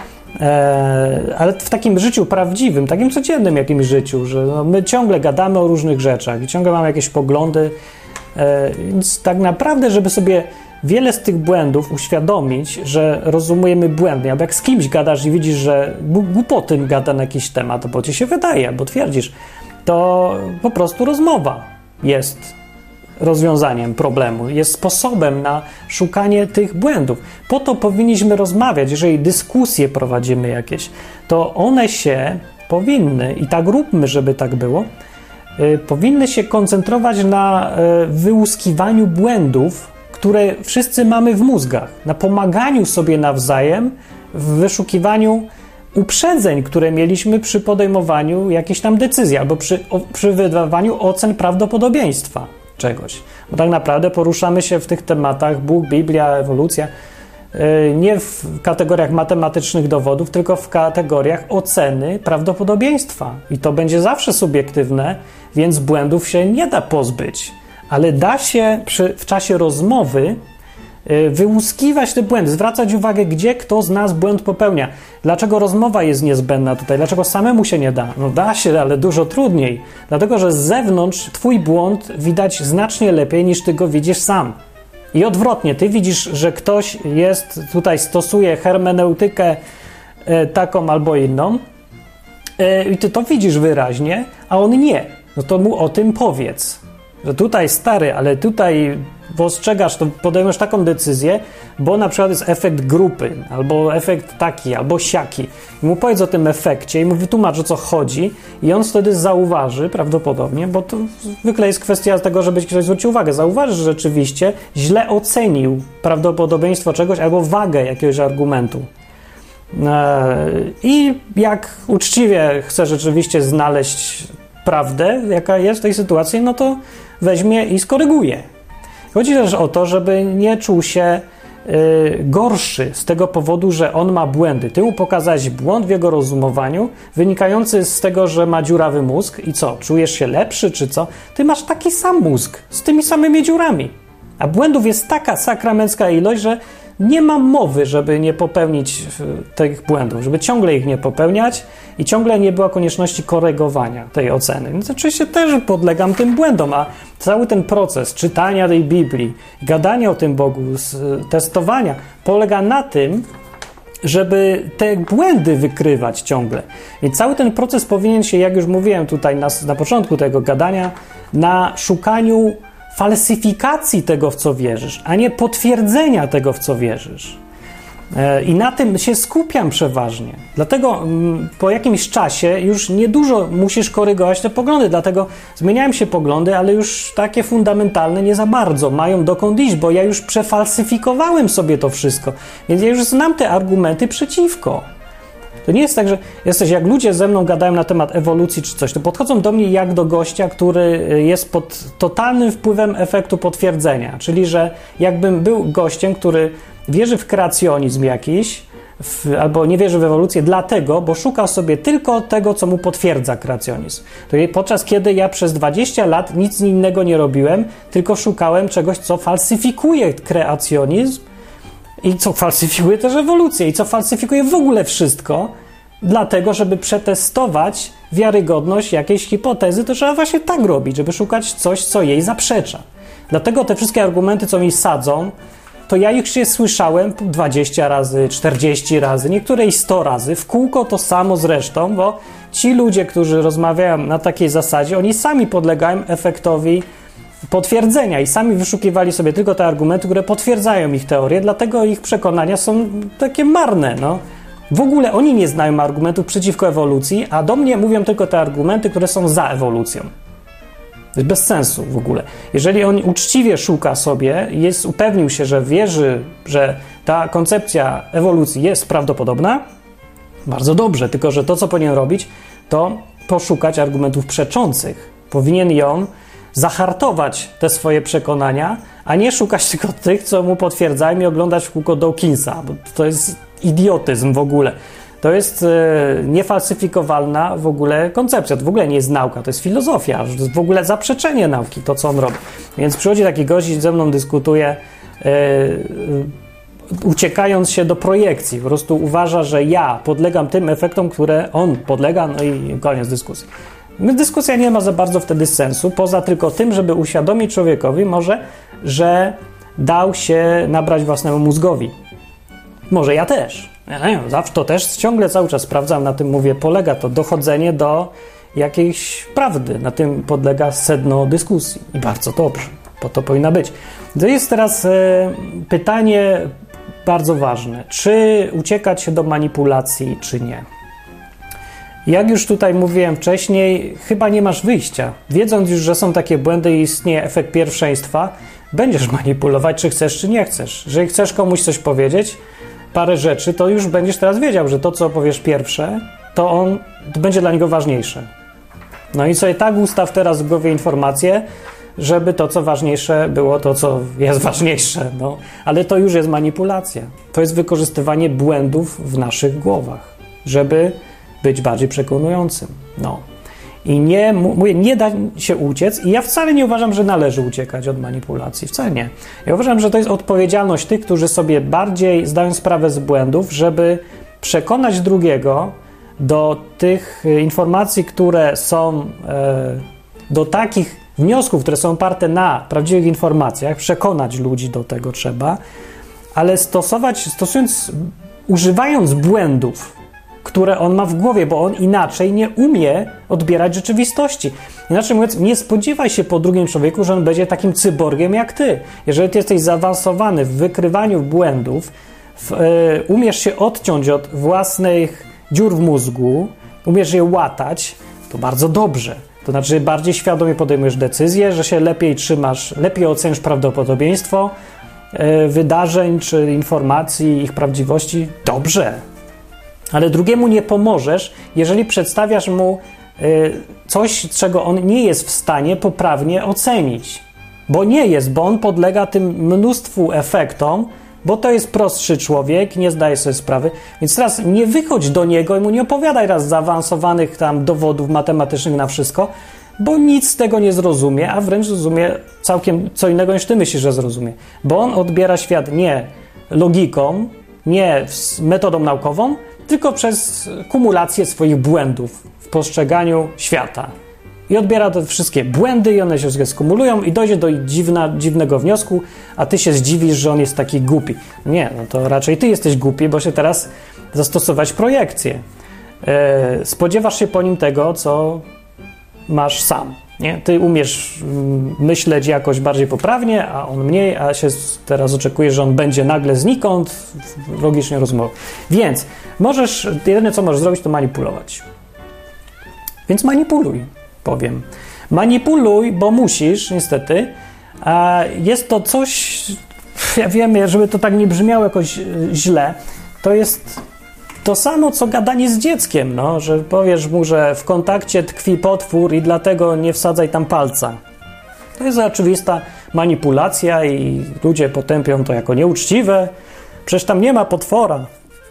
E, ale w takim życiu prawdziwym, takim codziennym jakimś życiu, że no my ciągle gadamy o różnych rzeczach i ciągle mamy jakieś poglądy, e, więc tak naprawdę, żeby sobie wiele z tych błędów uświadomić, że rozumiemy błędnie, albo jak z kimś gadasz i widzisz, że głupoty gada na jakiś temat, bo ci się wydaje, albo twierdzisz, to po prostu rozmowa jest rozwiązaniem problemu, jest sposobem na szukanie tych błędów. Po to powinniśmy rozmawiać, jeżeli dyskusje prowadzimy jakieś, to one się powinny, i tak róbmy, żeby tak było, y, powinny się koncentrować na y, wyłuskiwaniu błędów, które wszyscy mamy w mózgach, na pomaganiu sobie nawzajem w wyszukiwaniu uprzedzeń, które mieliśmy przy podejmowaniu jakiejś tam decyzji albo przy, o, przy wydawaniu ocen prawdopodobieństwa czegoś. Bo tak naprawdę poruszamy się w tych tematach Bóg, Biblia, ewolucja yy, nie w kategoriach matematycznych dowodów, tylko w kategoriach oceny prawdopodobieństwa. I to będzie zawsze subiektywne, więc błędów się nie da pozbyć. Ale da się przy, w czasie rozmowy wyłuskiwać te błędy, zwracać uwagę, gdzie kto z nas błąd popełnia. Dlaczego rozmowa jest niezbędna tutaj? Dlaczego samemu się nie da? No da się, ale dużo trudniej. Dlatego, że z zewnątrz twój błąd widać znacznie lepiej, niż ty go widzisz sam. I odwrotnie, ty widzisz, że ktoś jest, tutaj stosuje hermeneutykę e, taką albo inną e, i ty to widzisz wyraźnie, a on nie. No to mu o tym powiedz. Że tutaj stary, ale tutaj postrzegasz, to podejmujesz taką decyzję, bo na przykład jest efekt grupy, albo efekt taki, albo siaki. I mu powiedz o tym efekcie i mu wytłumacz, o co chodzi i on wtedy zauważy prawdopodobnie, bo to zwykle jest kwestia tego, żeby ktoś zwrócił uwagę. Zauważy, że rzeczywiście źle ocenił prawdopodobieństwo czegoś albo wagę jakiegoś argumentu. I jak uczciwie chce rzeczywiście znaleźć prawdę, jaka jest w tej sytuacji, no to weźmie i skoryguje. Chodzi też o to, żeby nie czuł się gorszy z tego powodu, że on ma błędy. Ty mu pokazałeś błąd w jego rozumowaniu, wynikający z tego, że ma dziurawy mózg i co, czujesz się lepszy czy co? Ty masz taki sam mózg, z tymi samymi dziurami. A błędów jest taka sakramencka ilość, że nie ma mowy, żeby nie popełnić tych błędów, żeby ciągle ich nie popełniać i ciągle nie była konieczności korygowania tej oceny. Więc oczywiście też podlegam tym błędom, a cały ten proces czytania tej Biblii, gadania o tym Bogu, testowania polega na tym, żeby te błędy wykrywać ciągle. Więc cały ten proces powinien się, jak już mówiłem tutaj na, na początku tego gadania, na szukaniu falsyfikacji tego, w co wierzysz, a nie potwierdzenia tego, w co wierzysz. I na tym się skupiam przeważnie. Dlatego po jakimś czasie już niedużo musisz korygować te poglądy, dlatego zmieniają się poglądy, ale już takie fundamentalne nie za bardzo mają dokąd iść, bo ja już przefalsyfikowałem sobie to wszystko, więc ja już znam te argumenty przeciwko. To nie jest tak, że jesteś, jak ludzie ze mną gadają na temat ewolucji czy coś, to podchodzą do mnie jak do gościa, który jest pod totalnym wpływem efektu potwierdzenia. Czyli, że jakbym był gościem, który wierzy w kreacjonizm jakiś, w, albo nie wierzy w ewolucję dlatego, bo szuka sobie tylko tego, co mu potwierdza kreacjonizm. To podczas kiedy ja przez dwadzieścia lat nic innego nie robiłem, tylko szukałem czegoś, co falsyfikuje kreacjonizm, i co falsyfikuje też ewolucję, i co falsyfikuje w ogóle wszystko, dlatego, żeby przetestować wiarygodność jakiejś hipotezy, to trzeba właśnie tak robić, żeby szukać coś, co jej zaprzecza. Dlatego te wszystkie argumenty, co mi sadzą, to ja ich się słyszałem dwadzieścia razy, czterdzieści razy, niektóre i sto razy, w kółko to samo zresztą, bo ci ludzie, którzy rozmawiają na takiej zasadzie, oni sami podlegają efektowi potwierdzenia i sami wyszukiwali sobie tylko te argumenty, które potwierdzają ich teorię, dlatego ich przekonania są takie marne, no. W ogóle oni nie znają argumentów przeciwko ewolucji, a do mnie mówią tylko te argumenty, które są za ewolucją. To jest bez sensu w ogóle. Jeżeli on uczciwie szuka sobie, jest, upewnił się, że wierzy, że ta koncepcja ewolucji jest prawdopodobna, bardzo dobrze, tylko że to, co powinien robić, to poszukać argumentów przeczących. Powinien ją zahartować te swoje przekonania, a nie szukać tylko tych, co mu potwierdzają i oglądać w kółko Dawkinsa, bo to jest idiotyzm w ogóle. To jest e, niefalsyfikowalna w ogóle koncepcja. To w ogóle nie jest nauka, to jest filozofia. To jest w ogóle zaprzeczenie nauki, to co on robi. Więc przychodzi taki gość i ze mną dyskutuje, e, uciekając się do projekcji. Po prostu uważa, że ja podlegam tym efektom, które on podlega, no i koniec dyskusji. Dyskusja nie ma za bardzo wtedy sensu, poza tylko tym, żeby uświadomić człowiekowi może, że dał się nabrać własnemu mózgowi. Może ja też. Ja nie wiem, zawsze to też ciągle cały czas sprawdzam, na tym mówię, polega to dochodzenie do jakiejś prawdy. Na tym podlega sedno dyskusji. I bardzo dobrze, bo to powinna być. To jest teraz e, pytanie bardzo ważne. Czy uciekać się do manipulacji, czy nie? Jak już tutaj mówiłem wcześniej, chyba nie masz wyjścia. Wiedząc już, że są takie błędy i istnieje efekt pierwszeństwa, będziesz manipulować, czy chcesz, czy nie chcesz. Jeżeli chcesz komuś coś powiedzieć, parę rzeczy, to już będziesz teraz wiedział, że to, co powiesz pierwsze, to on to będzie dla niego ważniejsze. No i sobie tak ustaw teraz w głowie informacje, żeby to, co ważniejsze, było to, co jest ważniejsze. No. Ale to już jest manipulacja. To jest wykorzystywanie błędów w naszych głowach, żeby być bardziej przekonującym. No. I nie, mówię, nie da się uciec i ja wcale nie uważam, że należy uciekać od manipulacji. Wcale nie. Ja uważam, że to jest odpowiedzialność tych, którzy sobie bardziej zdają sprawę z błędów, żeby przekonać drugiego do tych informacji, które są, e, do takich wniosków, które są oparte na prawdziwych informacjach, przekonać ludzi do tego trzeba, ale stosować, stosując, używając błędów, które on ma w głowie, bo on inaczej nie umie odbierać rzeczywistości. Inaczej mówiąc, nie spodziewaj się po drugim człowieku, że on będzie takim cyborgiem jak ty. Jeżeli ty jesteś zaawansowany w wykrywaniu błędów, w, y, umiesz się odciąć od własnych dziur w mózgu, umiesz je łatać, to bardzo dobrze. To znaczy, bardziej świadomie podejmujesz decyzje, że się lepiej trzymasz, lepiej ocenisz prawdopodobieństwo y, wydarzeń czy informacji, ich prawdziwości. Dobrze. Ale drugiemu nie pomożesz, jeżeli przedstawiasz mu y, coś, czego on nie jest w stanie poprawnie ocenić. Bo nie jest, bo on podlega tym mnóstwu efektom bo to jest prostszy człowiek, nie zdaje sobie sprawy, więc teraz nie wychodź do niego i mu nie opowiadaj raz zaawansowanych tam dowodów matematycznych na wszystko, bo nic z tego nie zrozumie, a wręcz zrozumie całkiem co innego niż ty myślisz, że zrozumie. Bo on odbiera świat nie logiką, nie metodą naukową, tylko przez kumulację swoich błędów w postrzeganiu świata. I odbiera te wszystkie błędy i one się skumulują i dojdzie do dziwna, dziwnego wniosku, a ty się zdziwisz, że on jest taki głupi. Nie, no to raczej ty jesteś głupi, bo się teraz zastosować projekcję. E, spodziewasz się po nim tego, co masz sam. Nie? Ty umiesz myśleć jakoś bardziej poprawnie, a on mniej, a się teraz oczekuje, że on będzie nagle znikąd logicznie rozumował. Więc możesz, jedyne co możesz zrobić, to manipulować. Więc manipuluj, powiem. Manipuluj, bo musisz, niestety. A jest to coś, ja wiem, żeby to tak nie brzmiało jakoś źle, to jest to samo, co gadanie z dzieckiem, no, że powiesz mu, że w kontakcie tkwi potwór i dlatego nie wsadzaj tam palca. To jest oczywista manipulacja i ludzie potępią to jako nieuczciwe. Przecież tam nie ma potwora.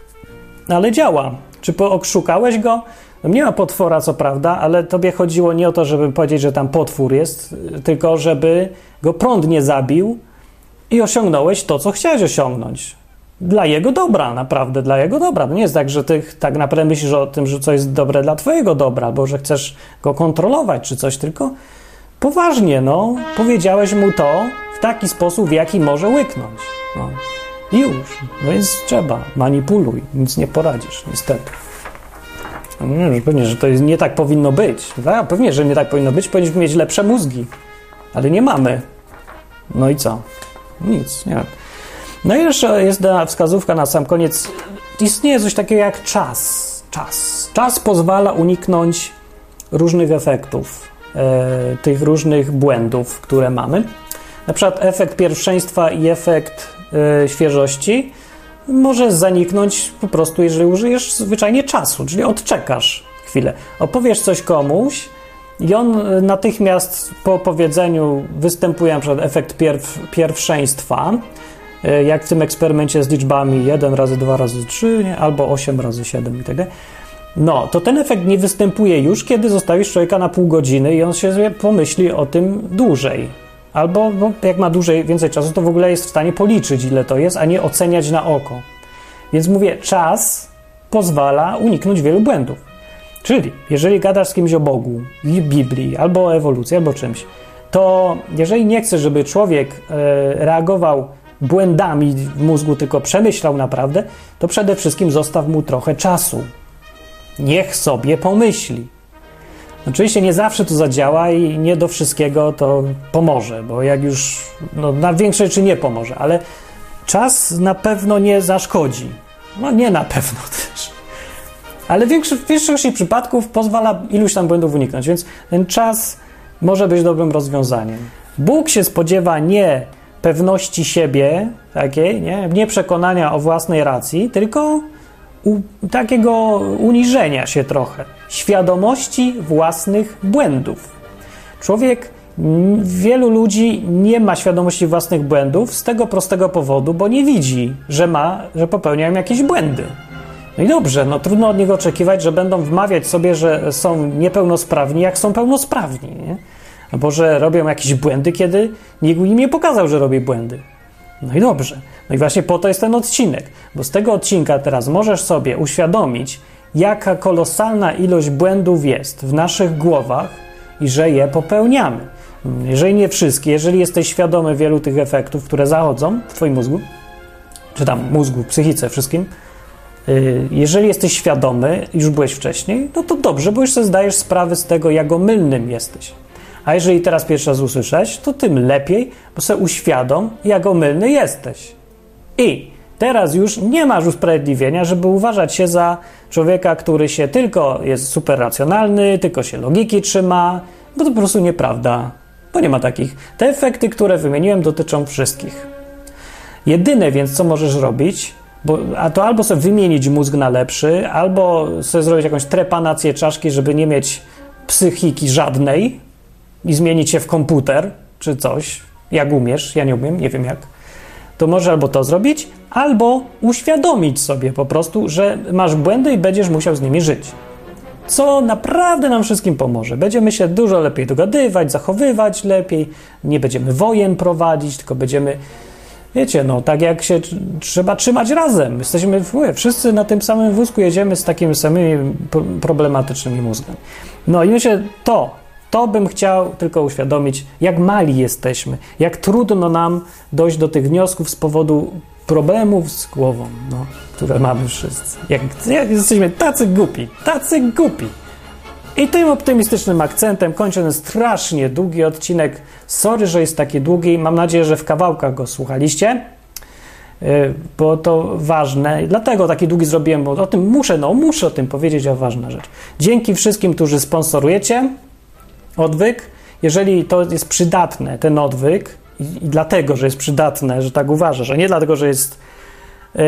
Ale działa. Czy oszukałeś go? No nie ma potwora, co prawda, ale tobie chodziło nie o to, żeby powiedzieć, że tam potwór jest, tylko żeby go prąd nie zabił i osiągnąłeś to, co chciałeś osiągnąć. Dla jego dobra, naprawdę, dla jego dobra. To nie jest tak, że ty tak naprawdę myślisz o tym, że coś jest dobre dla twojego dobra, albo że chcesz go kontrolować czy coś, tylko poważnie, no, powiedziałeś mu to w taki sposób, w jaki może łyknąć. No. I już. No więc trzeba. Manipuluj. Nic nie poradzisz, niestety. No, pewnie, że to jest, nie tak powinno być. A, pewnie, że nie tak powinno być. Powinniśmy mieć lepsze mózgi. Ale nie mamy. No i co? Nic, nie wiem. No i jeszcze jest wskazówka na sam koniec. Istnieje coś takiego jak czas. Czas. Czas pozwala uniknąć różnych efektów, e, tych różnych błędów, które mamy. Na przykład efekt pierwszeństwa i efekt e, świeżości może zaniknąć po prostu, jeżeli użyjesz zwyczajnie czasu, czyli odczekasz chwilę. Opowiesz coś komuś i on natychmiast po powiedzeniu występuje na przykład efekt pierw, pierwszeństwa, jak w tym eksperymencie z liczbami jeden razy dwa razy trzy, nie? Albo osiem razy siedem i tak dalej. No, to ten efekt nie występuje już, kiedy zostawisz człowieka na pół godziny i on się pomyśli o tym dłużej. Albo no, jak ma dłużej, więcej czasu, to w ogóle jest w stanie policzyć, ile to jest, a nie oceniać na oko. Więc mówię, czas pozwala uniknąć wielu błędów. Czyli, jeżeli gadasz z kimś o Bogu, Biblii, albo o ewolucji, albo czymś, to jeżeli nie chcesz, żeby człowiek e, reagował błędami w mózgu, tylko przemyślał naprawdę, to przede wszystkim zostaw mu trochę czasu. Niech sobie pomyśli. Oczywiście nie zawsze to zadziała i nie do wszystkiego to pomoże, bo jak już, no na większe rzeczy nie pomoże, ale czas na pewno nie zaszkodzi. No nie na pewno też. Ale w większości przypadków pozwala iluś tam błędów uniknąć, więc ten czas może być dobrym rozwiązaniem. Bóg się spodziewa nie pewności siebie, takiej, nie, nie przekonania o własnej racji, tylko u, takiego uniżenia się trochę, świadomości własnych błędów. Człowiek, wielu ludzi nie ma świadomości własnych błędów z tego prostego powodu, bo nie widzi, że ma, że popełniają jakieś błędy. No i dobrze, no trudno od niego oczekiwać, że będą wmawiać sobie, że są niepełnosprawni, jak są pełnosprawni, nie? Albo że robią jakieś błędy, kiedy nikt im nie pokazał, że robi błędy. No i dobrze. No i właśnie po to jest ten odcinek, bo z tego odcinka teraz możesz sobie uświadomić, jaka kolosalna ilość błędów jest w naszych głowach i że je popełniamy. Jeżeli nie wszystkie, jeżeli jesteś świadomy wielu tych efektów, które zachodzą w twoim mózgu, czy tam mózgu, psychice, wszystkim, jeżeli jesteś świadomy, już byłeś wcześniej, no to dobrze, bo już sobie zdajesz sprawę z tego, jak omylnym jesteś. A jeżeli teraz pierwszy raz usłyszałeś, to tym lepiej, bo sobie uświadom, jak omylny jesteś. I teraz już nie masz usprawiedliwienia, żeby uważać się za człowieka, który się tylko jest super racjonalny, tylko się logiki trzyma, bo to po prostu nieprawda, bo nie ma takich. Te efekty, które wymieniłem, dotyczą wszystkich. Jedyne więc, co możesz robić, bo, a to albo sobie wymienić mózg na lepszy, albo sobie zrobić jakąś trepanację czaszki, żeby nie mieć psychiki żadnej i zmienić się w komputer, czy coś, jak umiesz, ja nie umiem, nie wiem jak, to możesz albo to zrobić, albo uświadomić sobie po prostu, że masz błędy i będziesz musiał z nimi żyć. Co naprawdę nam wszystkim pomoże. Będziemy się dużo lepiej dogadywać, zachowywać lepiej, nie będziemy wojen prowadzić, tylko będziemy, wiecie, no tak jak się trzeba trzymać razem. Jesteśmy, mówię, wszyscy na tym samym wózku jedziemy z takimi samymi problematycznymi mózgami. No i myślę, to, to bym chciał tylko uświadomić, jak mali jesteśmy, jak trudno nam dojść do tych wniosków z powodu problemów z głową, no, które mamy wszyscy. Jak, jak jesteśmy tacy głupi, tacy głupi. I tym optymistycznym akcentem kończę ten strasznie długi odcinek. Sorry, że jest taki długi. Mam nadzieję, że w kawałkach go słuchaliście, yy, bo to ważne. I dlatego taki długi zrobiłem, bo o tym muszę, no muszę o tym powiedzieć, a ważna rzecz. Dzięki wszystkim, którzy sponsorujecie odwyk. Jeżeli to jest przydatne, ten odwyk, i, i dlatego, że jest przydatne, że tak uważasz, a nie dlatego, że jest... Yy,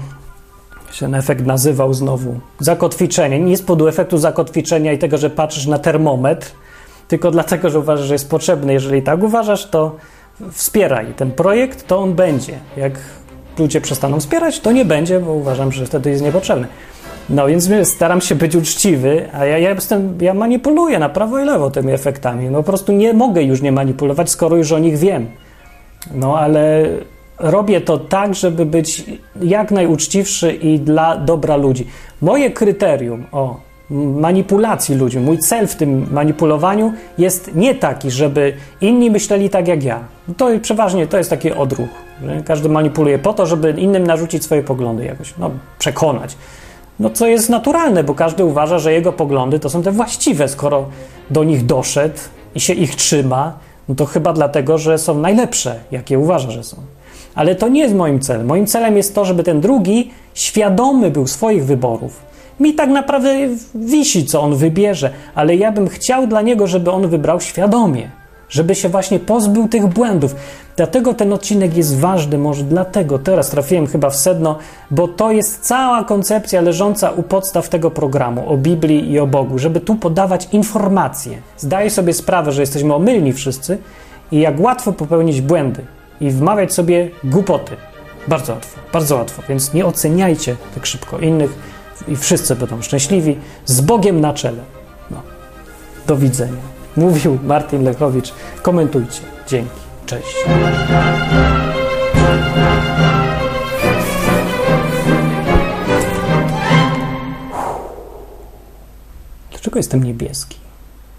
się ten efekt nazywał znowu zakotwiczenie. Nie z powodu efektu zakotwiczenia i tego, że patrzysz na termometr, tylko dlatego, że uważasz, że jest potrzebny. Jeżeli tak uważasz, to wspieraj ten projekt, to on będzie. Jak ludzie przestaną wspierać, to nie będzie, bo uważam, że wtedy jest niepotrzebny. No więc staram się być uczciwy, a ja, ja, jestem, ja manipuluję na prawo i lewo tymi efektami. No po prostu nie mogę już nie manipulować, skoro już o nich wiem. No ale... robię to tak, żeby być jak najuczciwszy i dla dobra ludzi. Moje kryterium o manipulacji ludzi, mój cel w tym manipulowaniu jest nie taki, żeby inni myśleli tak jak ja. To przeważnie to jest taki odruch. Że każdy manipuluje po to, żeby innym narzucić swoje poglądy jakoś, no przekonać. No co jest naturalne, bo każdy uważa, że jego poglądy to są te właściwe, skoro do nich doszedł i się ich trzyma, no to chyba dlatego, że są najlepsze, jakie uważa, że są. Ale to nie jest moim celem. Moim celem jest to, żeby ten drugi świadomy był swoich wyborów. Mi tak naprawdę wisi, co on wybierze, ale ja bym chciał dla niego, żeby on wybrał świadomie, żeby się właśnie pozbył tych błędów. Dlatego ten odcinek jest ważny, może dlatego teraz trafiłem chyba w sedno, bo to jest cała koncepcja leżąca u podstaw tego programu o Biblii i o Bogu, żeby tu podawać informacje. Zdaję sobie sprawę, że jesteśmy omylni wszyscy i jak łatwo popełnić błędy i wmawiać sobie głupoty. Bardzo łatwo, bardzo łatwo, więc nie oceniajcie tak szybko innych i wszyscy będą szczęśliwi, z Bogiem na czele. No. Do widzenia. Mówił Martin Lechowicz. Komentujcie. Dzięki. Cześć. Dlaczego jestem niebieski?